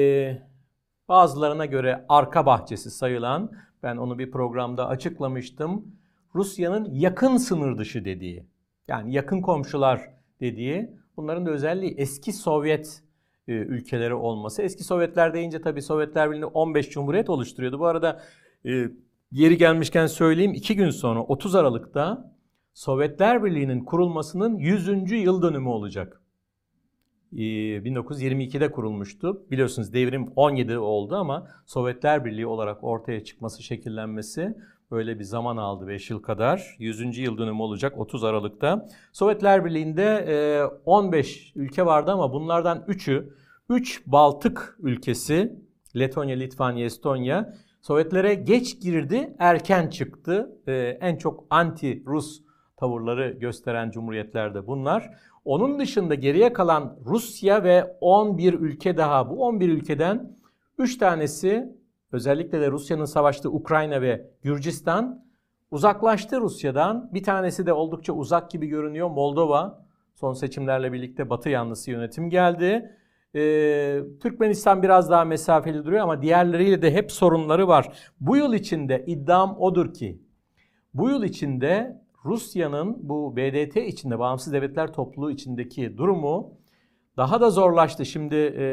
bazılarına göre arka bahçesi sayılan, ben onu bir programda açıklamıştım, Rusya'nın yakın sınır dışı dediği, yani yakın komşular dediği, bunların da özelliği eski Sovyet e, ülkeleri olması. Eski Sovyetler deyince tabii Sovyetler Birliği on beş cumhuriyet oluşturuyordu. Bu arada e, yeri gelmişken söyleyeyim, iki gün sonra otuz Aralık'ta Sovyetler Birliği'nin kurulmasının yüzüncü yıl dönümü olacak. E, bin dokuz yüz yirmi ikide kurulmuştu. Biliyorsunuz devrim on yedi oldu ama Sovyetler Birliği olarak ortaya çıkması, şekillenmesi böyle bir zaman aldı, beş yıl kadar. yüzüncü yıl dönümü olacak otuz Aralık'ta. Sovyetler Birliği'nde on beş ülke vardı ama bunlardan üçü, üç Baltık ülkesi, Letonya, Litvanya, Estonya, Sovyetlere geç girdi, erken çıktı. En çok anti-Rus tavırları gösteren cumhuriyetler de bunlar. Onun dışında geriye kalan Rusya ve on bir ülke daha. Bu on bir ülkeden üç tanesi, özellikle de Rusya'nın savaştığı Ukrayna ve Gürcistan, uzaklaştı Rusya'dan. Bir tanesi de oldukça uzak gibi görünüyor, Moldova. Son seçimlerle birlikte Batı yanlısı yönetim geldi. Ee, Türkmenistan biraz daha mesafeli duruyor ama diğerleriyle de hep sorunları var. Bu yıl içinde iddiam odur ki, bu yıl içinde Rusya'nın bu B D T içinde, Bağımsız Devletler Topluluğu içindeki durumu daha da zorlaştı. Şimdi e,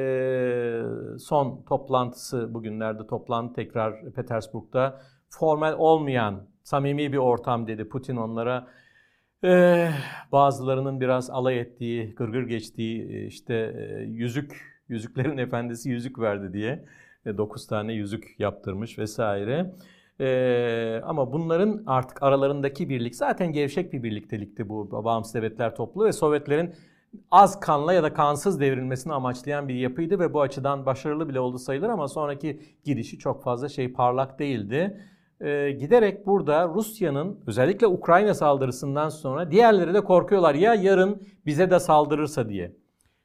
son toplantısı, bugünlerde toplantı tekrar Petersburg'da, formal olmayan samimi bir ortam dedi Putin onlara. E, bazılarının biraz alay ettiği, gırgır geçtiği, işte e, yüzük, yüzüklerin efendisi yüzük verdi diye e, dokuz tane yüzük yaptırmış vesaire. Ee, ama bunların artık aralarındaki birlik zaten gevşek bir birliktelikti bu Bağımsız Devletler Topluluğu ve Sovyetlerin az kanla ya da kansız devrilmesini amaçlayan bir yapıydı ve bu açıdan başarılı bile oldu sayılır ama sonraki gidişi çok fazla şey parlak değildi. Ee, giderek burada Rusya'nın özellikle Ukrayna saldırısından sonra diğerleri de korkuyorlar ya yarın bize de saldırırsa diye.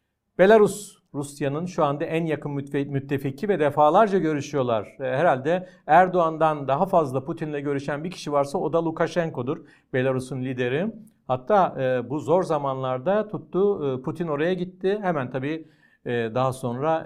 Belarus, Rusya'nın şu anda en yakın müttefiki ve defalarca görüşüyorlar. Herhalde Erdoğan'dan daha fazla Putin'le görüşen bir kişi varsa o da Lukashenko'dur, Belarus'un lideri. Hatta bu zor zamanlarda tuttu, Putin oraya gitti. Hemen tabii daha sonra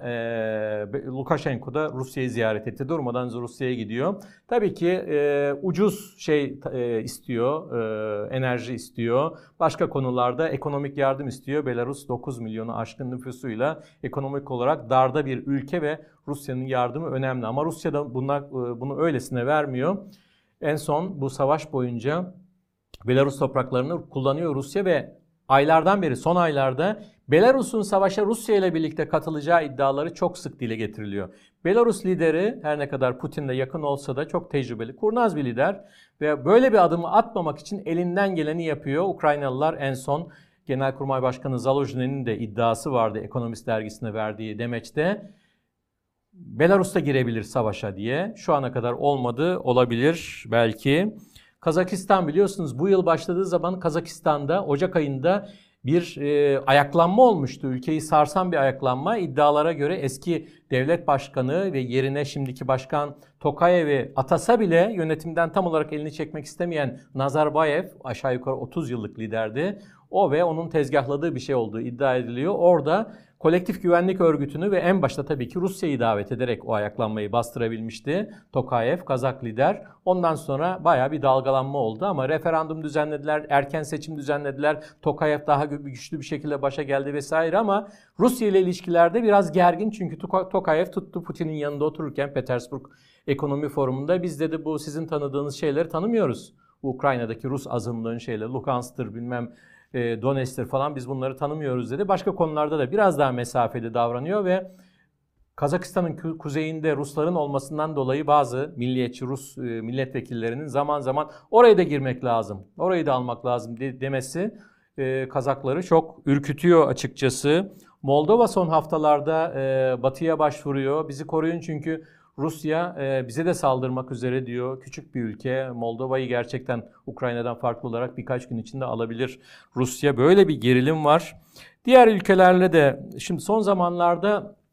Lukashenko da Rusya'yı ziyaret etti. Durmadan Rusya'ya gidiyor. Tabii ki ucuz şey istiyor, enerji istiyor. Başka konularda ekonomik yardım istiyor. Belarus dokuz milyonu aşkın nüfusuyla ekonomik olarak darda bir ülke ve Rusya'nın yardımı önemli. Ama Rusya da bunlar, bunu öylesine vermiyor. En son bu savaş boyunca Belarus topraklarını kullanıyor Rusya ve aylardan beri, son aylarda Belarus'un savaşa Rusya ile birlikte katılacağı iddiaları çok sık dile getiriliyor. Belarus lideri her ne kadar Putin'le yakın olsa da çok tecrübeli, kurnaz bir lider ve böyle bir adımı atmamak için elinden geleni yapıyor. Ukraynalılar en son Genelkurmay Başkanı Zaluzhnyi'nin de iddiası vardı Ekonomist dergisine verdiği demeçte. Belarus da girebilir savaşa diye. Şu ana kadar olmadı, olabilir belki. Kazakistan, biliyorsunuz bu yıl başladığı zaman Kazakistan'da Ocak ayında bir e, ayaklanma olmuştu. Ülkeyi sarsan bir ayaklanma. İddialara göre eski devlet başkanı ve yerine şimdiki başkan Tokayev'i atasa bile yönetimden tam olarak elini çekmek istemeyen Nazarbayev, aşağı yukarı otuz yıllık liderdi. O ve onun tezgahladığı bir şey olduğu iddia ediliyor. Orada Kolektif Güvenlik Örgütü'nü ve en başta tabii ki Rusya'yı davet ederek o ayaklanmayı bastırabilmişti Tokayev, Kazak lider. Ondan sonra bayağı bir dalgalanma oldu ama referandum düzenlediler, erken seçim düzenlediler. Tokayev daha güçlü bir şekilde başa geldi vesaire ama Rusya ile ilişkilerde biraz gergin çünkü Tokayev tuttu Putin'in yanında otururken Petersburg Ekonomi Forumu'nda biz dedi bu sizin tanıdığınız şeyleri tanımıyoruz. Ukrayna'daki Rus azınlığın şeyleri, Lugansk'tır bilmem Donetsk'tir falan biz bunları tanımıyoruz dedi. Başka konularda da biraz daha mesafeli davranıyor ve Kazakistan'ın kuzeyinde Rusların olmasından dolayı bazı milliyetçi Rus milletvekillerinin zaman zaman oraya da girmek lazım, orayı da almak lazım demesi Kazakları çok ürkütüyor açıkçası. Moldova son haftalarda Batı'ya başvuruyor. Bizi koruyun çünkü Rusya e, bize de saldırmak üzere diyor. Küçük bir ülke. Moldova'yı gerçekten Ukrayna'dan farklı olarak birkaç gün içinde alabilir Rusya. Böyle bir gerilim var. Diğer ülkelerle de şimdi son zamanlarda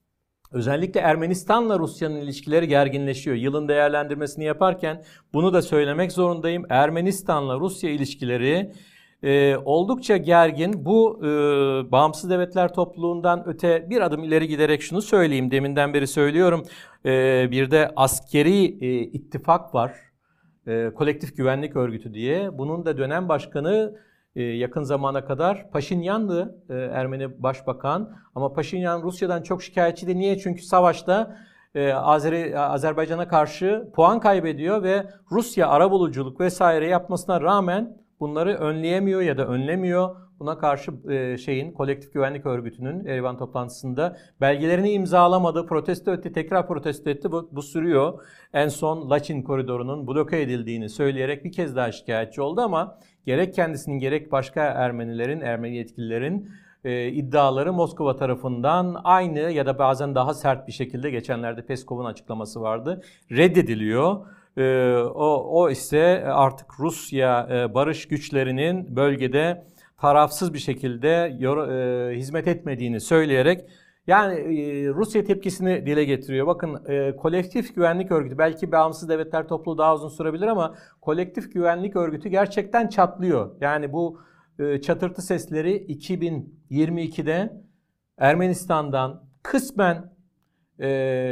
Özellikle Ermenistan'la Rusya'nın ilişkileri gerginleşiyor. Yılın değerlendirmesini yaparken bunu da söylemek zorundayım. Ermenistan'la Rusya ilişkileri e, oldukça gergin. Bu e, bağımsız devletler topluluğundan öte bir adım ileri giderek şunu söyleyeyim. Deminden beri söylüyorum. E, bir de askeri e, ittifak var. E, Kolektif Güvenlik Örgütü diye. Bunun da dönem başkanı e, yakın zamana kadar Paşinyan'dı, e, Ermeni Başbakan. Ama Paşinyan Rusya'dan çok şikayetçiydi. Niye? Çünkü savaşta e, Azeri, Azerbaycan'a karşı puan kaybediyor ve Rusya arabuluculuk vesaire yapmasına rağmen bunları önleyemiyor ya da önlemiyor. Buna karşı e, şeyin Kolektif Güvenlik Örgütü'nün Erivan toplantısında belgelerini imzalamadı, protesto etti, tekrar protesto etti. Bu, bu sürüyor. En son Laçin koridorunun bloke edildiğini söyleyerek bir kez daha şikayetçi oldu ama gerek kendisinin gerek başka Ermenilerin, Ermeni yetkililerin e, iddiaları Moskova tarafından aynı ya da bazen daha sert bir şekilde, geçenlerde Peskov'un açıklaması vardı, reddediliyor. E, o, o ise artık Rusya e, barış güçlerinin bölgede tarafsız bir şekilde yor, e, hizmet etmediğini söyleyerek yani e, Rusya tepkisini dile getiriyor. Bakın e, Kolektif Güvenlik Örgütü, belki bağımsız devletler topluluğu daha uzun sürebilir ama Kolektif Güvenlik Örgütü gerçekten çatlıyor. Yani bu e, çatırtı sesleri iki bin yirmi ikide Ermenistan'dan, kısmen e,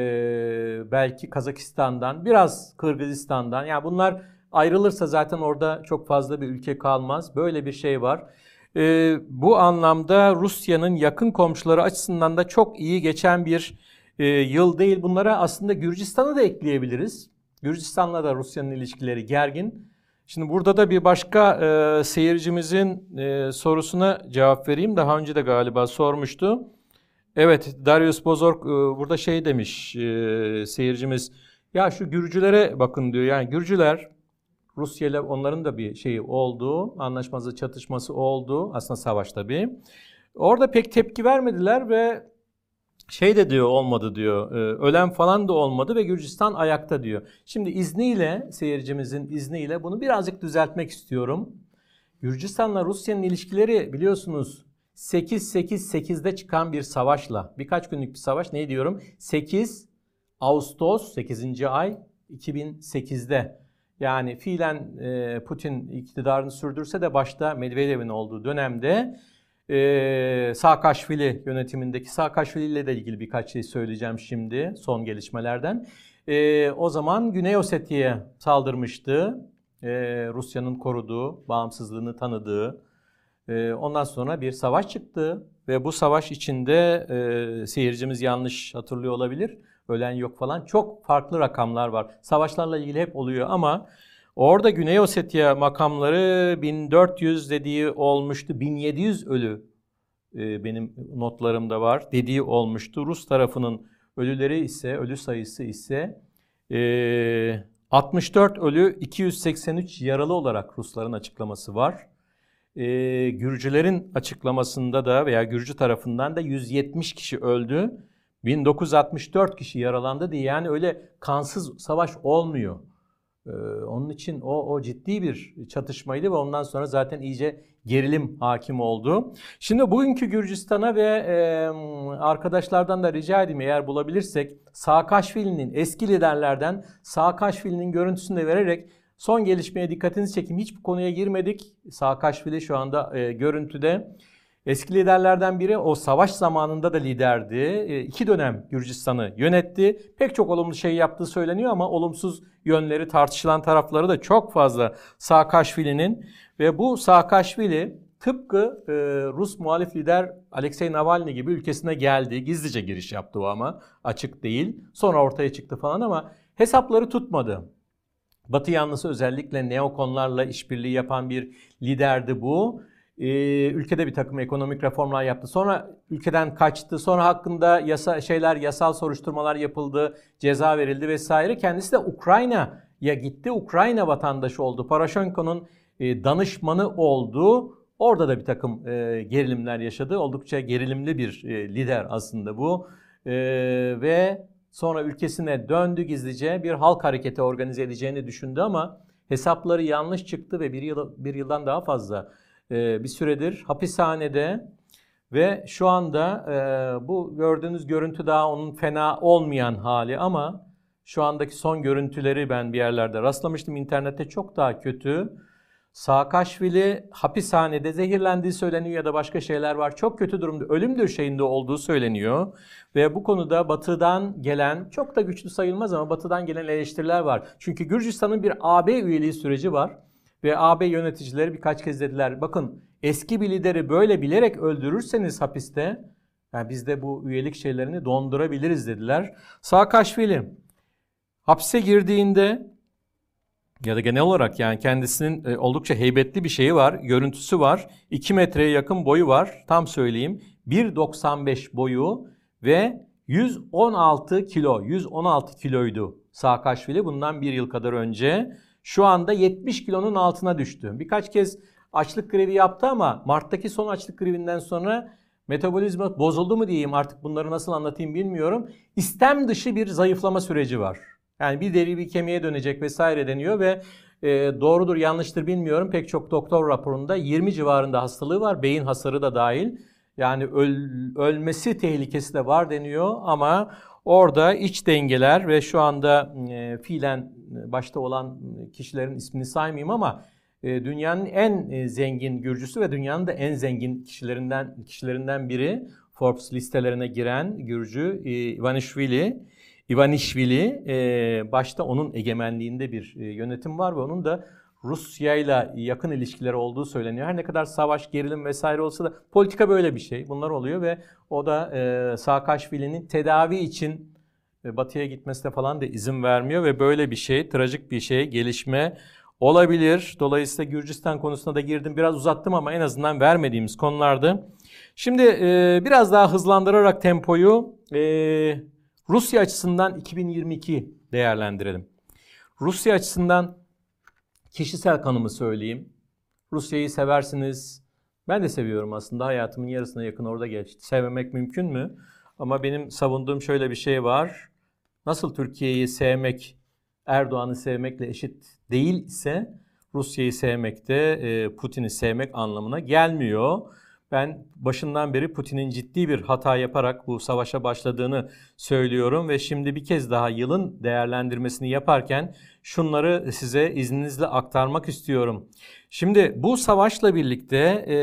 belki Kazakistan'dan, biraz Kırgızistan'dan, yani bunlar ayrılırsa zaten orada çok fazla bir ülke kalmaz. Böyle bir şey var. Ee, bu anlamda Rusya'nın yakın komşuları açısından da çok iyi geçen bir e, yıl değil. Bunlara aslında Gürcistan'ı da ekleyebiliriz. Gürcistan'la da Rusya'nın ilişkileri gergin. Şimdi burada da bir başka e, seyircimizin e, sorusuna cevap vereyim. Daha önce de galiba sormuştu. Evet, Darius Bozorg e, burada şey demiş e, seyircimiz. Ya şu Gürcülere bakın diyor. Yani Gürcüler, Rusya ile onların da bir şeyi oldu, anlaşması, çatışması oldu. Aslında savaş tabii. Orada pek tepki vermediler ve şey de diyor, olmadı diyor, ölen falan da olmadı ve Gürcistan ayakta diyor. Şimdi izniyle, seyircimizin izniyle bunu birazcık düzeltmek istiyorum. Gürcistan'la Rusya'nın ilişkileri biliyorsunuz sekiz sekiz sekizde çıkan bir savaşla, birkaç günlük bir savaş, ne diyorum? sekiz Ağustos, sekizinci ay iki bin sekizde. Yani fiilen e, Putin iktidarını sürdürse de başta Medvedev'in olduğu dönemde e, Saakashvili yönetimindeki, Saakashvili ile de ilgili birkaç şey söyleyeceğim şimdi son gelişmelerden. E, o zaman Güney Osetya'ya saldırmıştı. E, Rusya'nın koruduğu, bağımsızlığını tanıdığı. E, ondan sonra bir savaş çıktı ve bu savaş içinde e, seyircimiz yanlış hatırlıyor olabilir. Ölen yok falan. Çok farklı rakamlar var. Savaşlarla ilgili hep oluyor ama orada Güney Ossetya makamları bin dört yüz dediği olmuştu. bin yedi yüz ölü e, benim notlarımda var dediği olmuştu. Rus tarafının ölüleri ise, ölü sayısı ise e, altmış dört ölü, iki yüz seksen üç yaralı olarak Rusların açıklaması var. E, Gürcülerin açıklamasında da veya Gürcü tarafından da yüz yetmiş kişi öldü. bin dokuz yüz altmış dört kişi yaralandı diye, yani öyle kansız savaş olmuyor. Ee, onun için o, o ciddi bir çatışmaydı ve ondan sonra zaten iyice gerilim hakim oldu. Şimdi bugünkü Gürcistan'a ve e, arkadaşlardan da rica edeyim, eğer bulabilirsek Saakashvili'nin, eski liderlerden Saakashvili'nin görüntüsünü de vererek son gelişmeye dikkatinizi çekeyim. Hiç bu konuya girmedik. Saakashvili şu anda e, görüntüde. Eski liderlerden biri, o savaş zamanında da liderdi. E, iki dönem Gürcistan'ı yönetti. Pek çok olumlu şey yaptığı söyleniyor ama olumsuz yönleri, tartışılan tarafları da çok fazla Saakashvili'nin. Ve bu Saakashvili tıpkı e, Rus muhalif lider Alexei Navalny gibi ülkesine geldi. Gizlice giriş yaptı o, ama açık değil. Sonra ortaya çıktı falan ama hesapları tutmadı. Batı yanlısı, özellikle neokonlarla işbirliği yapan bir liderdi bu. Ee, ülkede bir takım ekonomik reformlar yaptı. Sonra ülkeden kaçtı. Sonra hakkında yasa şeyler, yasal soruşturmalar yapıldı, ceza verildi vesaire. Kendisi de Ukrayna'ya gitti. Ukrayna vatandaşı oldu. Poroshenko'nun e, danışmanı oldu. Orada da bir takım e, gerilimler yaşadı. Oldukça gerilimli bir e, lider aslında bu. E, ve sonra ülkesine döndü gizlice. Bir halk hareketi organize edeceğini düşündü ama hesapları yanlış çıktı ve bir yıl, bir yıldan daha fazla bir süredir hapishanede Ve şu anda e, bu gördüğünüz görüntü daha onun fena olmayan hali ama şu andaki son görüntüleri ben bir yerlerde rastlamıştım. İnternette çok daha kötü. Saakashvili hapishanede zehirlendiği söyleniyor ya da başka şeyler var. Çok kötü durumda, ölüm döşeğinde olduğu söyleniyor. Ve bu konuda Batı'dan gelen, çok da güçlü sayılmaz ama Batı'dan gelen eleştiriler var. Çünkü Gürcistan'ın bir A B üyeliği süreci var. Ve A B yöneticileri birkaç kez dediler, bakın eski bir lideri böyle bilerek öldürürseniz hapiste, yani biz de bu üyelik şeylerini dondurabiliriz dediler. Saakashvili hapse girdiğinde ya da genel olarak yani kendisinin oldukça heybetli bir şeyi var, görüntüsü var. iki metreye yakın boyu var, tam söyleyeyim. bir doksan beş boyu ve yüz on altı kilo, yüz on altı kiloydu Saakashvili bundan bir yıl kadar önce. Şu anda yetmiş kilonun altına düştü. Birkaç kez açlık grevi yaptı ama Mart'taki son açlık grevinden sonra metabolizma bozuldu mu diyeyim, artık bunları nasıl anlatayım bilmiyorum. İstem dışı bir zayıflama süreci var. Yani bir deri bir kemiğe dönecek vesaire deniyor ve e, doğrudur yanlıştır bilmiyorum. Pek çok doktor raporunda yirmi civarında hastalığı var. Beyin hasarı da dahil. Yani öl, ölmesi tehlikesi de var deniyor ama orada iç dengeler ve şu anda e, fiilen başta olan kişilerin ismini saymayayım ama e, dünyanın en e, zengin Gürcüsü ve dünyanın da en zengin kişilerinden kişilerinden biri, Forbes listelerine giren Gürcü e, Ivanishvili. Ivanishvili e, başta onun egemenliğinde bir e, yönetim var ve onun da Rusya ile yakın ilişkileri olduğu söyleniyor. Her ne kadar savaş, gerilim vesaire olsa da politika böyle bir şey. Bunlar oluyor ve o da e, Saakashvili'nin tedavi için e, Batı'ya gitmesine falan da izin vermiyor ve böyle bir şey, trajik bir şey, gelişme olabilir. Dolayısıyla Gürcistan konusuna da girdim. Biraz uzattım ama en azından vermediğimiz konulardı. Şimdi e, biraz daha hızlandırarak tempoyu e, Rusya açısından iki bin yirmi iki değerlendirelim. Rusya açısından kişisel kanımı söyleyeyim. Rusya'yı seversiniz. Ben de seviyorum aslında. Hayatımın yarısına yakın orada geçti. Sevmemek mümkün mü? Ama benim savunduğum şöyle bir şey var. Nasıl Türkiye'yi sevmek, Erdoğan'ı sevmekle eşit değil ise Rusya'yı sevmek de Putin'i sevmek anlamına gelmiyor. Ben başından beri Putin'in ciddi bir hata yaparak bu savaşa başladığını söylüyorum ve şimdi bir kez daha yılın değerlendirmesini yaparken şunları size izninizle aktarmak istiyorum. Şimdi bu savaşla birlikte e,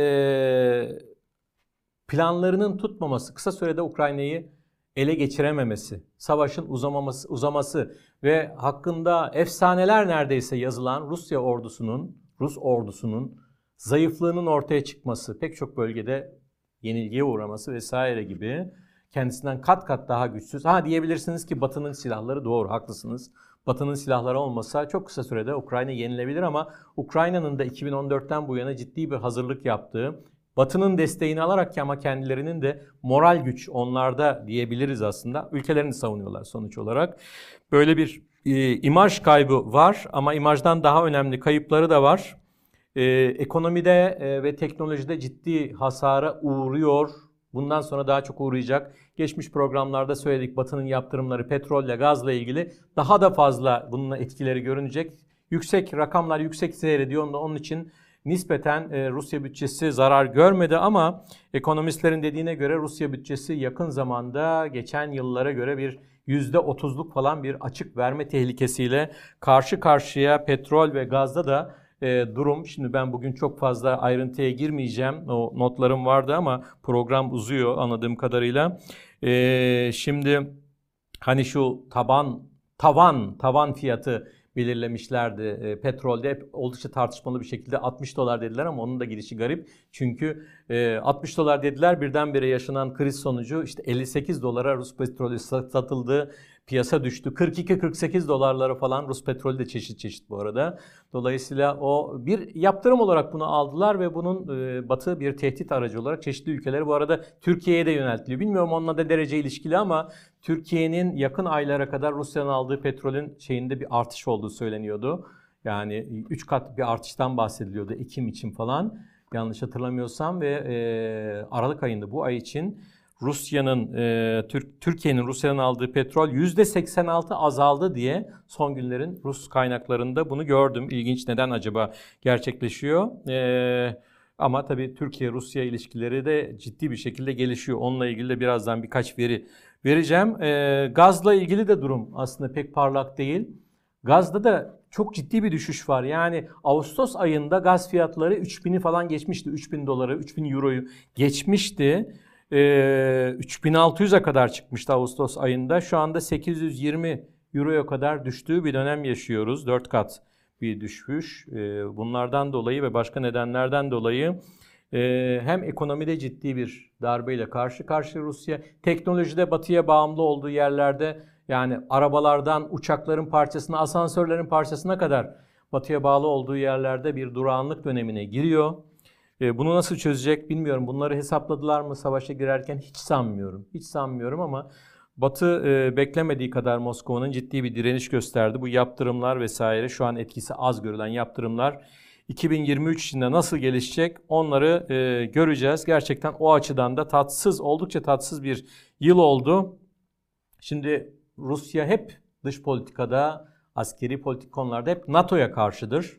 planlarının tutmaması, kısa sürede Ukrayna'yı ele geçirememesi, savaşın uzamaması, uzaması ve hakkında efsaneler neredeyse yazılan Rusya ordusunun, Rus ordusunun zayıflığının ortaya çıkması, pek çok bölgede yenilgiye uğraması vesaire gibi kendisinden kat kat daha güçsüz. Ha diyebilirsiniz ki Batı'nın silahları, doğru, haklısınız. Batı'nın silahları olmasa çok kısa sürede Ukrayna yenilebilir ama Ukrayna'nın da iki bin on dörtten bu yana ciddi bir hazırlık yaptığı, Batı'nın desteğini alarak ki ama kendilerinin de moral güç onlarda diyebiliriz aslında. Ülkelerini savunuyorlar sonuç olarak. Böyle bir e, imaj kaybı var ama imajdan daha önemli kayıpları da var. Ee, ekonomide e, ve teknolojide ciddi hasara uğruyor. Bundan sonra daha çok uğrayacak. Geçmiş programlarda söyledik, Batı'nın yaptırımları petrolle, gazla ilgili daha da fazla bununla etkileri görünecek. Yüksek rakamlar, yüksek seyrediyor. Onun için nispeten e, Rusya bütçesi zarar görmedi ama ekonomistlerin dediğine göre Rusya bütçesi yakın zamanda geçen yıllara göre bir yüzde otuzluk falan bir açık verme tehlikesiyle karşı karşıya. Petrol ve gazda da E, durum, şimdi ben bugün çok fazla ayrıntıya girmeyeceğim. O notlarım vardı ama program uzuyor anladığım kadarıyla. E, şimdi hani şu taban tavan tavan fiyatı belirlemişlerdi. E, petrolde hep oldukça tartışmalı bir şekilde altmış dolar dediler ama onun da gidişi garip. Çünkü e, altmış dolar dediler, birdenbire yaşanan kriz sonucu işte elli sekiz dolara Rus petrolü satıldı. Piyasa düştü. kırk iki kırk sekiz dolarlara falan. Rus petrolü de çeşit çeşit bu arada. Dolayısıyla o bir yaptırım olarak bunu aldılar ve bunun e, Batı bir tehdit aracı olarak çeşitli ülkeleri, bu arada Türkiye'ye de yöneltiliyor. Bilmiyorum onunla da derece ilişkili ama Türkiye'nin yakın aylara kadar Rusya'nın aldığı petrolün şeyinde bir artış olduğu söyleniyordu. Yani üç kat bir artıştan bahsediliyordu Ekim için falan. Yanlış hatırlamıyorsam ve e, Aralık ayında bu ay için Rusya'nın, e, Türk, Türkiye'nin Rusya'nın aldığı petrol yüzde seksen altı azaldı diye son günlerin Rus kaynaklarında bunu gördüm. İlginç, neden acaba gerçekleşiyor? E, Ama tabii Türkiye-Rusya ilişkileri de ciddi bir şekilde gelişiyor. Onunla ilgili de birazdan birkaç veri vereceğim. E, gazla ilgili de durum aslında pek parlak değil. Gazda da çok ciddi bir düşüş var. Yani Ağustos ayında gaz fiyatları üç bini falan geçmişti. üç bin doları, üç bin euroyu geçmişti. E, üç bin altı yüze kadar çıkmıştı Ağustos ayında. Şu anda sekiz yüz yirmi euroya kadar düştüğü bir dönem yaşıyoruz. dört kat bir düşüş. Bunlardan dolayı ve başka nedenlerden dolayı hem ekonomide ciddi bir darbeyle karşı karşıya Rusya, teknolojide batıya bağımlı olduğu yerlerde, yani arabalardan uçakların parçasına, asansörlerin parçasına kadar batıya bağlı olduğu yerlerde bir durağanlık dönemine giriyor. Bunu nasıl çözecek bilmiyorum. Bunları hesapladılar mı savaşa girerken? Hiç sanmıyorum. Hiç sanmıyorum ama Batı e, beklemediği kadar Moskova'nın ciddi bir direniş gösterdi. Bu yaptırımlar vesaire, şu an etkisi az görülen yaptırımlar iki bin yirmi üç içinde nasıl gelişecek onları e, göreceğiz. Gerçekten o açıdan da tatsız, oldukça tatsız bir yıl oldu. Şimdi Rusya hep dış politikada, askeri politik konularda hep NATO'ya karşıdır.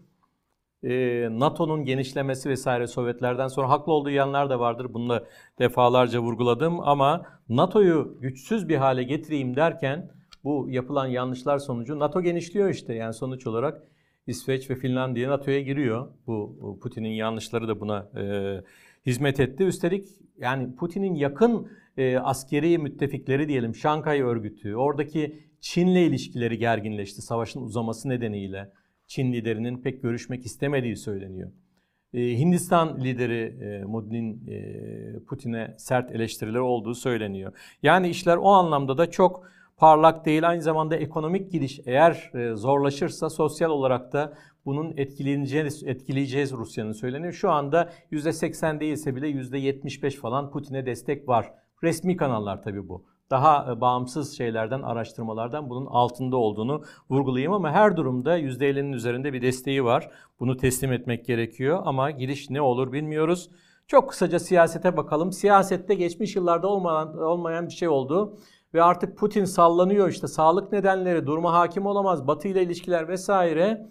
NATO'nun genişlemesi vesaire, Sovyetlerden sonra haklı olduğu yanlar da vardır. Bunu da defalarca vurguladım ama NATO'yu güçsüz bir hale getireyim derken bu yapılan yanlışlar sonucu NATO genişliyor işte. Yani sonuç olarak İsveç ve Finlandiya NATO'ya giriyor. Bu Putin'in yanlışları da buna e, hizmet etti. Üstelik yani Putin'in yakın e, askeri müttefikleri diyelim, Şanghay Örgütü, oradaki Çin'le ilişkileri gerginleşti savaşın uzaması nedeniyle. Çin liderinin pek görüşmek istemediği söyleniyor. Ee, Hindistan lideri e, Modi'nin e, Putin'e sert eleştirileri olduğu söyleniyor. Yani işler o anlamda da çok parlak değil. Aynı zamanda ekonomik gidiş eğer e, zorlaşırsa sosyal olarak da bunun etkileyeceğiz, etkileyeceğiz Rusya'nın söyleniyor. Şu anda yüzde seksen değilse bile yüzde yetmiş beş falan Putin'e destek var. Resmi kanallar tabii bu. Daha bağımsız şeylerden, araştırmalardan bunun altında olduğunu vurgulayayım ama her durumda yüzde ellinin üzerinde bir desteği var. Bunu teslim etmek gerekiyor ama gidiş ne olur bilmiyoruz. Çok kısaca siyasete bakalım. Siyasette geçmiş yıllarda olmayan, olmayan bir şey oldu ve artık Putin sallanıyor, işte sağlık nedenleri, duruma hakim olamaz, Batı ile ilişkiler vesaire.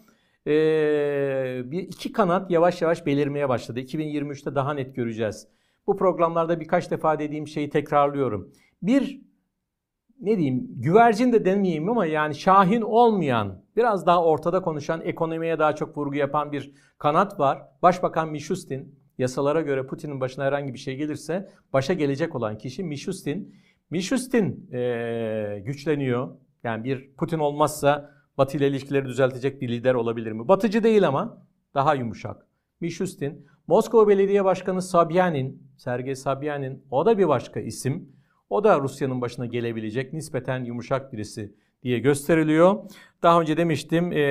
Ee, bir iki kanat yavaş yavaş belirmeye başladı. iki bin yirmi üçte daha net göreceğiz. Bu programlarda birkaç defa dediğim şeyi tekrarlıyorum. Bir, ne diyeyim, güvercin de demeyeyim ama yani şahin olmayan, biraz daha ortada konuşan, ekonomiye daha çok vurgu yapan bir kanat var. Başbakan Mishustin, yasalara göre Putin'in başına herhangi bir şey gelirse başa gelecek olan kişi Mishustin. Mishustin ee, güçleniyor. Yani bir Putin olmazsa Batı ile ilişkileri düzeltecek bir lider olabilir mi? Batıcı değil ama daha yumuşak. Mishustin. Moskova Belediye Başkanı Sobyanin, Sergey Sobyanin, o da bir başka isim. O da Rusya'nın başına gelebilecek nispeten yumuşak birisi diye gösteriliyor. Daha önce demiştim ee,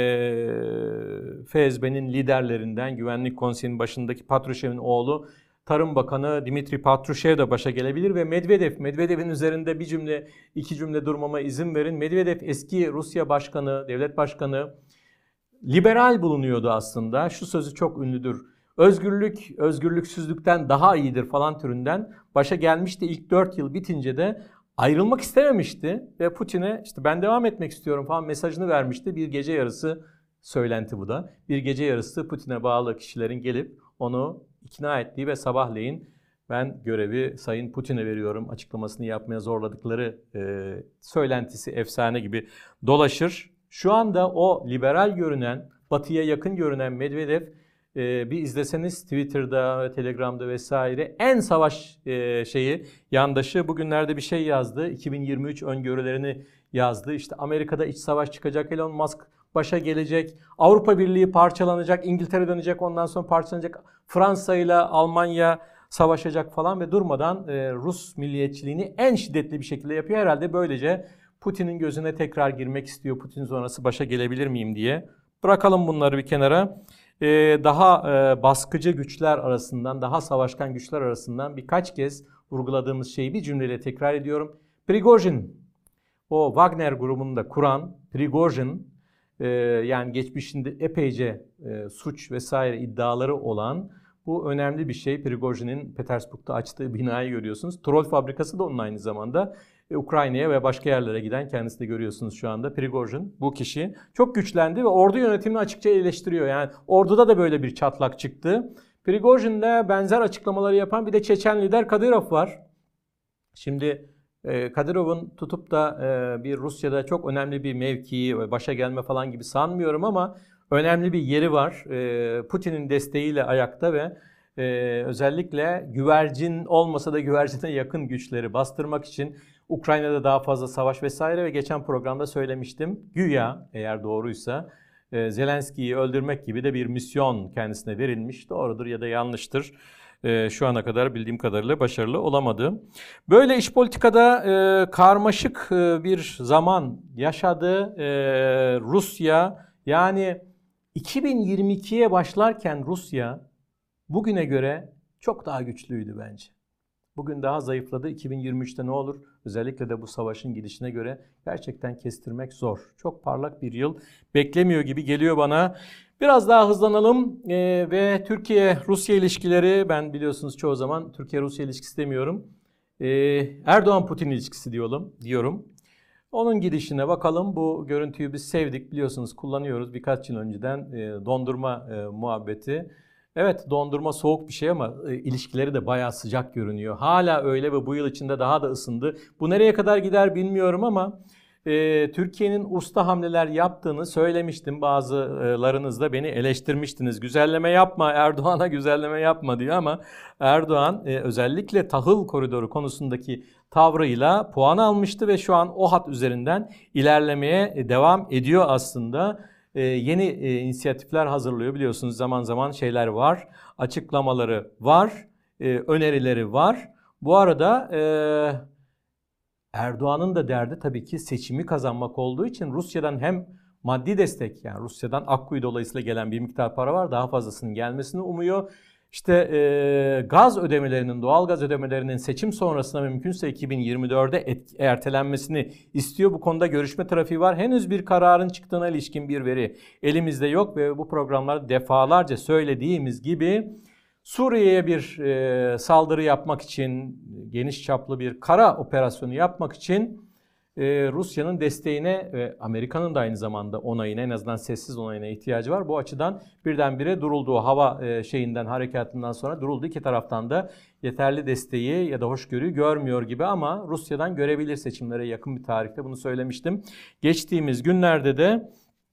F S B'nin liderlerinden, Güvenlik Konseyi'nin başındaki Patrushev'in oğlu Tarım Bakanı Dmitri Patrushev de başa gelebilir ve Medvedev, Medvedev'in üzerinde bir cümle, iki cümle durmama izin verin. Medvedev eski Rusya Başkanı, devlet başkanı, liberal bulunuyordu aslında. Şu sözü çok ünlüdür. Özgürlük, özgürlüksüzlükten daha iyidir falan türünden başa gelmişti. İlk dört yıl bitince de ayrılmak istememişti ve Putin'e işte ben devam etmek istiyorum falan mesajını vermişti. Bir gece yarısı söylenti bu da. Bir gece yarısı Putin'e bağlı kişilerin gelip onu ikna ettiği ve sabahleyin ben görevi Sayın Putin'e veriyorum açıklamasını yapmaya zorladıkları e, söylentisi efsane gibi dolaşır. Şu anda o liberal görünen, Batı'ya yakın görünen Medvedev, e, bir izleseniz Twitter'da, Telegram'da vesaire en savaş e, şeyi, yandaşı bugünlerde bir şey yazdı. iki bin yirmi üç öngörülerini yazdı. İşte Amerika'da iç savaş çıkacak, Elon Musk başa gelecek, Avrupa Birliği parçalanacak, İngiltere dönecek, ondan sonra parçalanacak, Fransa ile Almanya savaşacak falan ve durmadan e, Rus milliyetçiliğini en şiddetli bir şekilde yapıyor. Herhalde böylece Putin'in gözüne tekrar girmek istiyor. Putin sonrası başa gelebilir miyim diye. Bırakalım bunları bir kenara. Ee, daha e, baskıcı güçler arasından, daha savaşkan güçler arasından birkaç kez vurguladığımız şeyi bir cümleyle tekrar ediyorum. Prigojin, o Wagner grubunu da kuran Prigojin, e, yani geçmişinde epeyce e, suç vesaire iddiaları olan, bu önemli bir şey. Prigojin'in Petersburg'da açtığı binayı görüyorsunuz. Troll fabrikası da onun aynı zamanda. Ukrayna'ya ve başka yerlere giden, kendisi de görüyorsunuz şu anda. Prigojin, bu kişi çok güçlendi ve ordu yönetimini açıkça eleştiriyor. Yani orduda da böyle bir çatlak çıktı. Prigojin'le benzer açıklamaları yapan bir de Çeçen lider Kadyrov var. Şimdi e, Kadyrov'un tutup da e, bir Rusya'da çok önemli bir mevkii ve başa gelme falan gibi sanmıyorum ama önemli bir yeri var. E, Putin'in desteğiyle ayakta ve e, özellikle güvercin olmasa da güvercine yakın güçleri bastırmak için Ukrayna'da daha fazla savaş vesaire ve geçen programda söylemiştim. Güya eğer doğruysa e, Zelenski'yi öldürmek gibi de bir misyon kendisine verilmiş. Doğrudur ya da yanlıştır. E, şu ana kadar bildiğim kadarıyla başarılı olamadı. Böyle iç politikada e, karmaşık e, bir zaman yaşadı e, Rusya. Yani iki bin yirmi ikiye başlarken Rusya bugüne göre çok daha güçlüydü bence. Bugün daha zayıfladı. iki bin yirmi üçte ne olur? Özellikle de bu savaşın gidişine göre gerçekten kestirmek zor. Çok parlak bir yıl beklemiyor gibi geliyor bana. Biraz daha hızlanalım ee, ve Türkiye-Rusya ilişkileri, ben biliyorsunuz çoğu zaman Türkiye-Rusya ilişkisi demiyorum. Ee, Erdoğan-Putin ilişkisi diyorum. diyorum. Onun gidişine bakalım. Bu görüntüyü biz sevdik, biliyorsunuz kullanıyoruz birkaç yıl önceden e, dondurma e, muhabbeti. Evet, dondurma soğuk bir şey ama e, ilişkileri de bayağı sıcak görünüyor. Hala öyle ve bu yıl içinde daha da ısındı. Bu nereye kadar gider bilmiyorum ama e, Türkiye'nin usta hamleler yaptığını söylemiştim. Bazılarınız da beni eleştirmiştiniz. Güzelleme yapma, Erdoğan'a güzelleme yapma diyor ama Erdoğan e, özellikle tahıl koridoru konusundaki tavrıyla puan almıştı ve şu an o hat üzerinden ilerlemeye devam ediyor aslında. Ee, yeni e, inisiyatifler hazırlıyor, biliyorsunuz zaman zaman şeyler var, açıklamaları var, e, önerileri var. Bu arada e, Erdoğan'ın da derdi tabii ki seçimi kazanmak olduğu için Rusya'dan hem maddi destek, yani Rusya'dan Akkuyu dolayısıyla gelen bir miktar para var, daha fazlasının gelmesini umuyor. İşte e, gaz ödemelerinin, doğal gaz ödemelerinin seçim sonrasında mümkünse iki bin yirmi dörde et, ertelenmesini istiyor. Bu konuda görüşme trafiği var. Henüz bir kararın çıktığına ilişkin bir veri elimizde yok ve bu programlarda defalarca söylediğimiz gibi Suriye'ye bir e, saldırı yapmak için, geniş çaplı bir kara operasyonu yapmak için Ee, Rusya'nın desteğine ve Amerika'nın da aynı zamanda onayına, en azından sessiz onayına ihtiyacı var. Bu açıdan birdenbire durulduğu hava e, şeyinden, harekatından sonra duruldu. İki taraftan da yeterli desteği ya da hoşgörüyü görmüyor gibi ama Rusya'dan görebilir seçimlere yakın bir tarihte, bunu söylemiştim. Geçtiğimiz günlerde de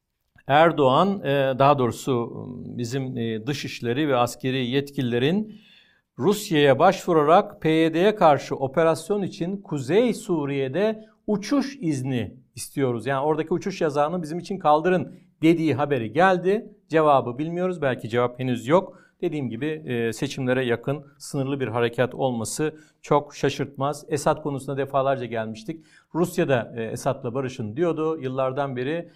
Erdoğan, e, daha doğrusu bizim e, dışişleri ve askeri yetkililerin Rusya'ya başvurarak P Y D'ye karşı operasyon için Kuzey Suriye'de uçuş izni istiyoruz. Yani oradaki uçuş yasağını bizim için kaldırın dediği haberi geldi. Cevabı bilmiyoruz. Belki cevap henüz yok. Dediğim gibi seçimlere yakın sınırlı bir harekat olması çok şaşırtmaz. Esad konusuna defalarca gelmiştik. Rusya da Esad'la barışın diyordu. Yıllardan beri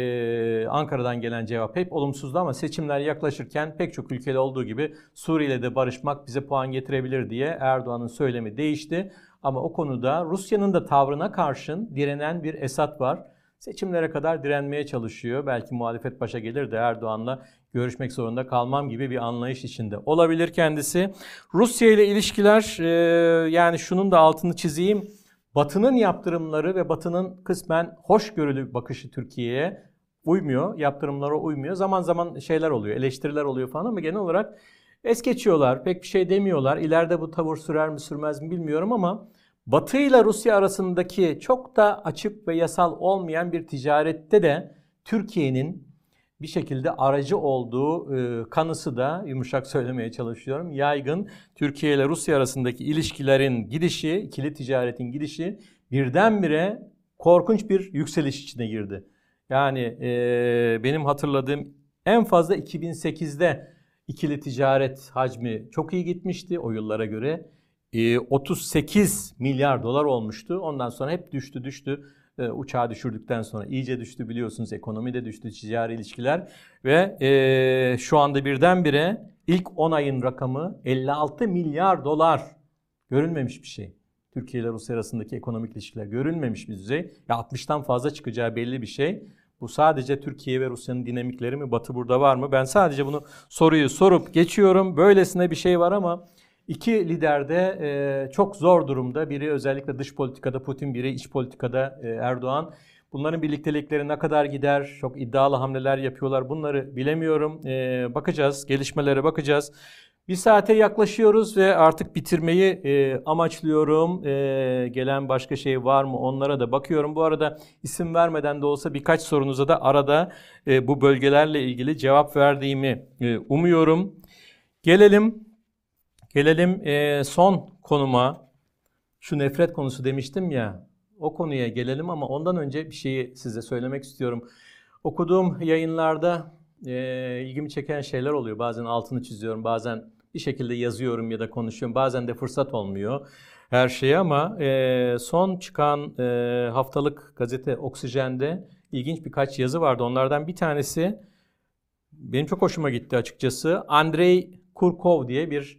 Ee, Ankara'dan gelen cevap hep olumsuzdu ama seçimler yaklaşırken pek çok ülkede olduğu gibi Suriye'yle de barışmak bize puan getirebilir diye Erdoğan'ın söylemi değişti. Ama o konuda Rusya'nın da tavrına karşın direnen bir Esad var. Seçimlere kadar direnmeye çalışıyor. Belki muhalefet başa gelir de Erdoğan'la görüşmek zorunda kalmam gibi bir anlayış içinde olabilir kendisi. Rusya ile ilişkiler, e, yani şunun da altını çizeyim. Batı'nın yaptırımları ve Batı'nın kısmen hoşgörülü bakışı Türkiye'ye uymuyor, yaptırımlara uymuyor. Zaman zaman şeyler oluyor, eleştiriler oluyor falan ama genel olarak es geçiyorlar, pek bir şey demiyorlar. İleride bu tavır sürer mi sürmez mi bilmiyorum ama Batı ile Rusya arasındaki çok da açık ve yasal olmayan bir ticarette de Türkiye'nin bir şekilde aracı olduğu e, kanısı da, yumuşak söylemeye çalışıyorum, yaygın. Türkiye ile Rusya arasındaki ilişkilerin gidişi, ikili ticaretin gidişi birdenbire korkunç bir yükseliş içine girdi. Yani e, benim hatırladığım en fazla iki bin sekizde ikili ticaret hacmi çok iyi gitmişti o yıllara göre. E, otuz sekiz milyar dolar olmuştu. Ondan sonra hep düştü düştü. E, uçağı düşürdükten sonra iyice düştü, biliyorsunuz, ekonomi de düştü, ticari ilişkiler ve e, şu anda birdenbire ilk on ayın rakamı elli altı milyar dolar. Görülmemiş bir şey. Türkiye ile Rusya arasındaki ekonomik ilişkiler görülmemiş bir düzey. Ya altmıştan fazla çıkacağı belli bir şey. Bu sadece Türkiye ve Rusya'nın dinamikleri mi? Batı burada var mı? Ben sadece bunu soruyu sorup geçiyorum. Böylesine bir şey var ama İki lider de e, çok zor durumda. Biri özellikle dış politikada Putin, biri iç politikada e, Erdoğan. Bunların birliktelikleri ne kadar gider? Çok iddialı hamleler yapıyorlar. Bunları bilemiyorum. E, bakacağız, gelişmelere bakacağız. Bir saate yaklaşıyoruz ve artık bitirmeyi e, amaçlıyorum. E, gelen başka şey var mı onlara da bakıyorum. Bu arada isim vermeden de olsa birkaç sorunuza da arada e, bu bölgelerle ilgili cevap verdiğimi e, umuyorum. Gelelim, gelelim e, son konuma. Şu nefret konusu demiştim ya, o konuya gelelim ama ondan önce bir şeyi size söylemek istiyorum. Okuduğum yayınlarda e, ilgimi çeken şeyler oluyor. Bazen altını çiziyorum, bazen bir şekilde yazıyorum ya da konuşuyorum. Bazen de fırsat olmuyor her şeye ama e, son çıkan e, haftalık gazete Oksijen'de ilginç birkaç yazı vardı. Onlardan bir tanesi benim çok hoşuma gitti açıkçası. Andrei Kurkov diye bir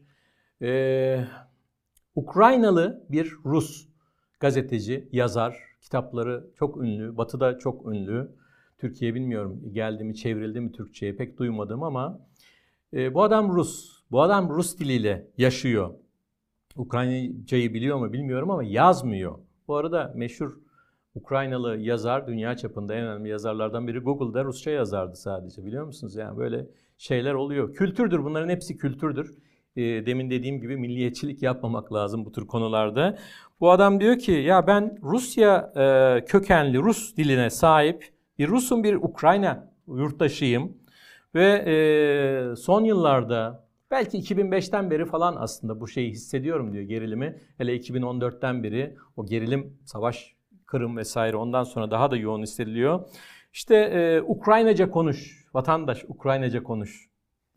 e, Ukraynalı bir Rus gazeteci, yazar. Kitapları çok ünlü, Batı'da çok ünlü. Türkiye bilmiyorum geldi mi, çevrildi mi Türkçe'ye pek duymadım ama e, bu adam Rus. Bu adam Rus diliyle yaşıyor. Ukraynacayı biliyor mu bilmiyorum ama yazmıyor. Bu arada meşhur Ukraynalı yazar, dünya çapında en önemli yazarlardan biri, Google'da Rusça yazardı sadece, biliyor musunuz? Yani böyle şeyler oluyor. Kültürdür, bunların hepsi kültürdür. E, demin dediğim gibi milliyetçilik yapmamak lazım bu tür konularda. Bu adam diyor ki ya ben Rusya e, kökenli, Rus diline sahip bir Rus'un, bir Ukrayna yurttaşıyım. Ve e, son yıllarda belki iki bin beşten beri falan aslında bu şeyi hissediyorum diyor, gerilimi. Hele iki bin on dörtten beri o gerilim, savaş, Kırım vesaire, ondan sonra daha da yoğun hissediliyor. İşte e, Ukraynaca konuş, vatandaş Ukraynaca konuş.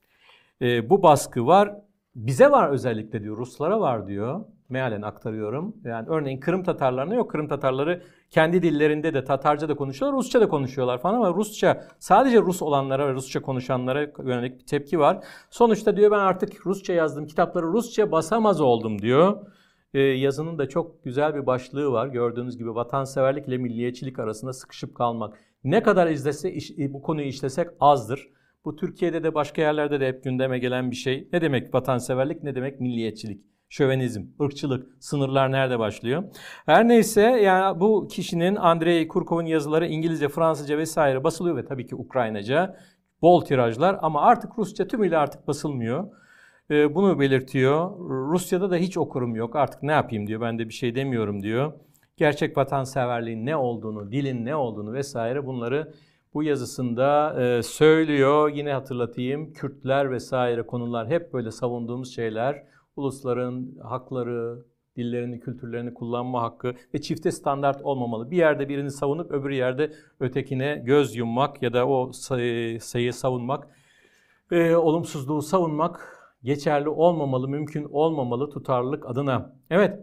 E, bu baskı var. Bize var özellikle diyor, Ruslara var diyor. Mealen aktarıyorum. Yani örneğin Kırım Tatarlarına yok. Kırım Tatarları kendi dillerinde de Tatarca da konuşuyorlar, Rusça da konuşuyorlar falan ama Rusça, sadece Rus olanlara ve Rusça konuşanlara yönelik bir tepki var. Sonuçta diyor ben artık Rusça yazdığım kitapları Rusça basamaz oldum diyor. Ee, yazının da çok güzel bir başlığı var. Gördüğünüz gibi vatanseverlik ile milliyetçilik arasında sıkışıp kalmak. Ne kadar izlese, bu konuyu işlesek azdır. Bu Türkiye'de de başka yerlerde de hep gündeme gelen bir şey. Ne demek vatanseverlik, ne demek milliyetçilik? Şövenizm, ırkçılık, sınırlar nerede başlıyor? Her neyse, yani bu kişinin, Andrei Kurkov'un yazıları İngilizce, Fransızca vesaire basılıyor ve tabii ki Ukraynaca bol tirajlar ama artık Rusça tümüyle artık basılmıyor. Ee, bunu belirtiyor. Rusya'da da hiç okurum yok, artık ne yapayım diyor, ben de bir şey demiyorum diyor. Gerçek vatanseverliğin ne olduğunu, dilin ne olduğunu vesaire bunları bu yazısında e, söylüyor. Yine hatırlatayım, Kürtler vesaire konular hep böyle savunduğumuz şeyler. Ulusların hakları, dillerini, kültürlerini kullanma hakkı ve çifte standart olmamalı. Bir yerde birini savunup öbür yerde ötekine göz yummak ya da o sayı, sayıyı savunmak, e, olumsuzluğu savunmak geçerli olmamalı, mümkün olmamalı tutarlılık adına. Evet,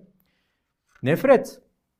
nefret.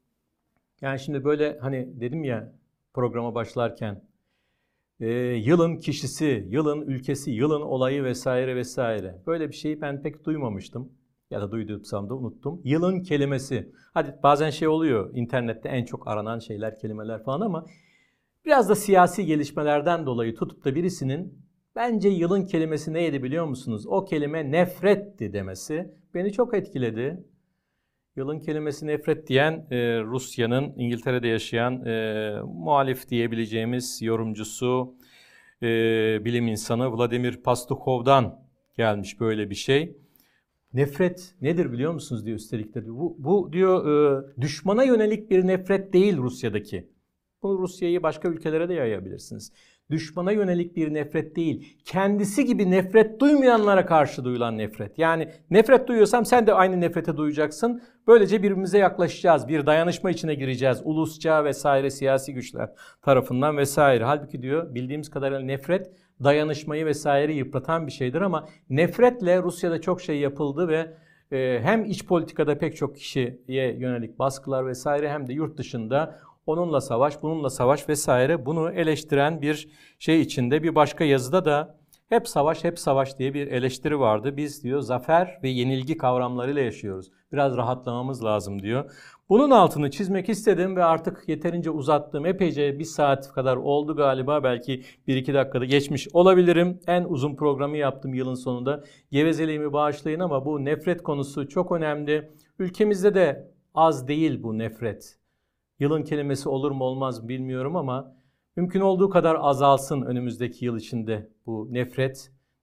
Yani şimdi böyle hani dedim ya programa başlarken, e, yılın kişisi, yılın ülkesi, yılın olayı vesaire vesaire. Böyle bir şeyi ben pek duymamıştım. Ya da duyduysam da unuttum. Yılın kelimesi. Hadi bazen şey oluyor, internette en çok aranan şeyler, kelimeler falan ama biraz da siyasi gelişmelerden dolayı tutup da birisinin bence yılın kelimesi neydi biliyor musunuz? O kelime nefretti demesi beni çok etkiledi. Yılın kelimesi nefret diyen e, Rusya'nın İngiltere'de yaşayan e, muhalif diyebileceğimiz yorumcusu, e, bilim insanı Vladimir Pastukhov'dan gelmiş böyle bir şey. Nefret nedir biliyor musunuz diyor üstelik de. Bu, bu diyor e, düşmana yönelik bir nefret değil Rusya'daki. Bu Rusya'yı başka ülkelere de yayabilirsiniz. Düşmana yönelik bir nefret değil, kendisi gibi nefret duymayanlara karşı duyulan nefret. Yani nefret duyuyorsam sen de aynı nefrete duyacaksın. Böylece birbirimize yaklaşacağız, bir dayanışma içine gireceğiz. Ulusça vesaire siyasi güçler tarafından vesaire. Halbuki diyor bildiğimiz kadarıyla nefret dayanışmayı vesaire yıpratan bir şeydir ama nefretle Rusya'da çok şey yapıldı ve e, hem iç politikada pek çok kişiye yönelik baskılar vesaire hem de yurt dışında onunla savaş, bununla savaş vesaire, bunu eleştiren bir şey içinde bir başka yazıda da hep savaş, hep savaş diye bir eleştiri vardı. Biz diyor zafer ve yenilgi kavramlarıyla yaşıyoruz. Biraz rahatlamamız lazım diyor. Bunun altını çizmek istedim ve artık yeterince uzattım. Epeyce bir saat kadar oldu galiba. Belki bir iki dakikada geçmiş olabilirim. En uzun programı yaptım yılın sonunda. Gevezeliğimi bağışlayın ama bu nefret konusu çok önemli. Ülkemizde de az değil bu nefret. Yılın kelimesi olur mu olmaz mı bilmiyorum ama mümkün olduğu kadar azalsın önümüzdeki yıl içinde bu nefret.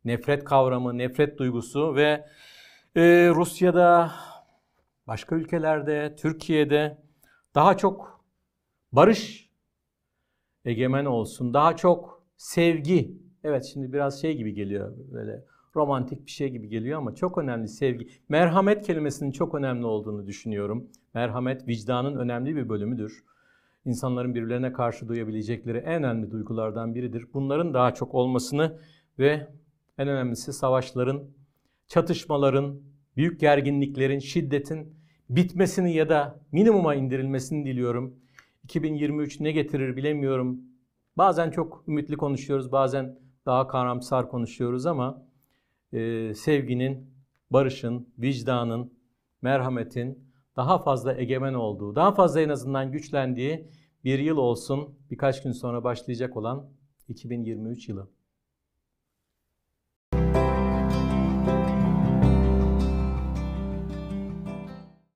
nefret kavramı, nefret duygusu ve e, Rusya'da, başka ülkelerde, Türkiye'de daha çok barış egemen olsun, daha çok sevgi. Evet, şimdi biraz şey gibi geliyor, böyle romantik bir şey gibi geliyor ama çok önemli sevgi. Merhamet kelimesinin çok önemli olduğunu düşünüyorum. Merhamet vicdanın önemli bir bölümüdür. İnsanların birbirlerine karşı duyabilecekleri en önemli duygulardan biridir. Bunların daha çok olmasını ve en önemlisi savaşların, çatışmaların, büyük gerginliklerin, şiddetin bitmesini ya da minimuma indirilmesini diliyorum. iki bin yirmi üç ne getirir bilemiyorum. Bazen çok ümitli konuşuyoruz, bazen daha karamsar konuşuyoruz ama e, sevginin, barışın, vicdanın, merhametin daha fazla egemen olduğu, daha fazla en azından güçlendiği bir yıl olsun. Birkaç gün sonra başlayacak olan iki bin yirmi üç yılı.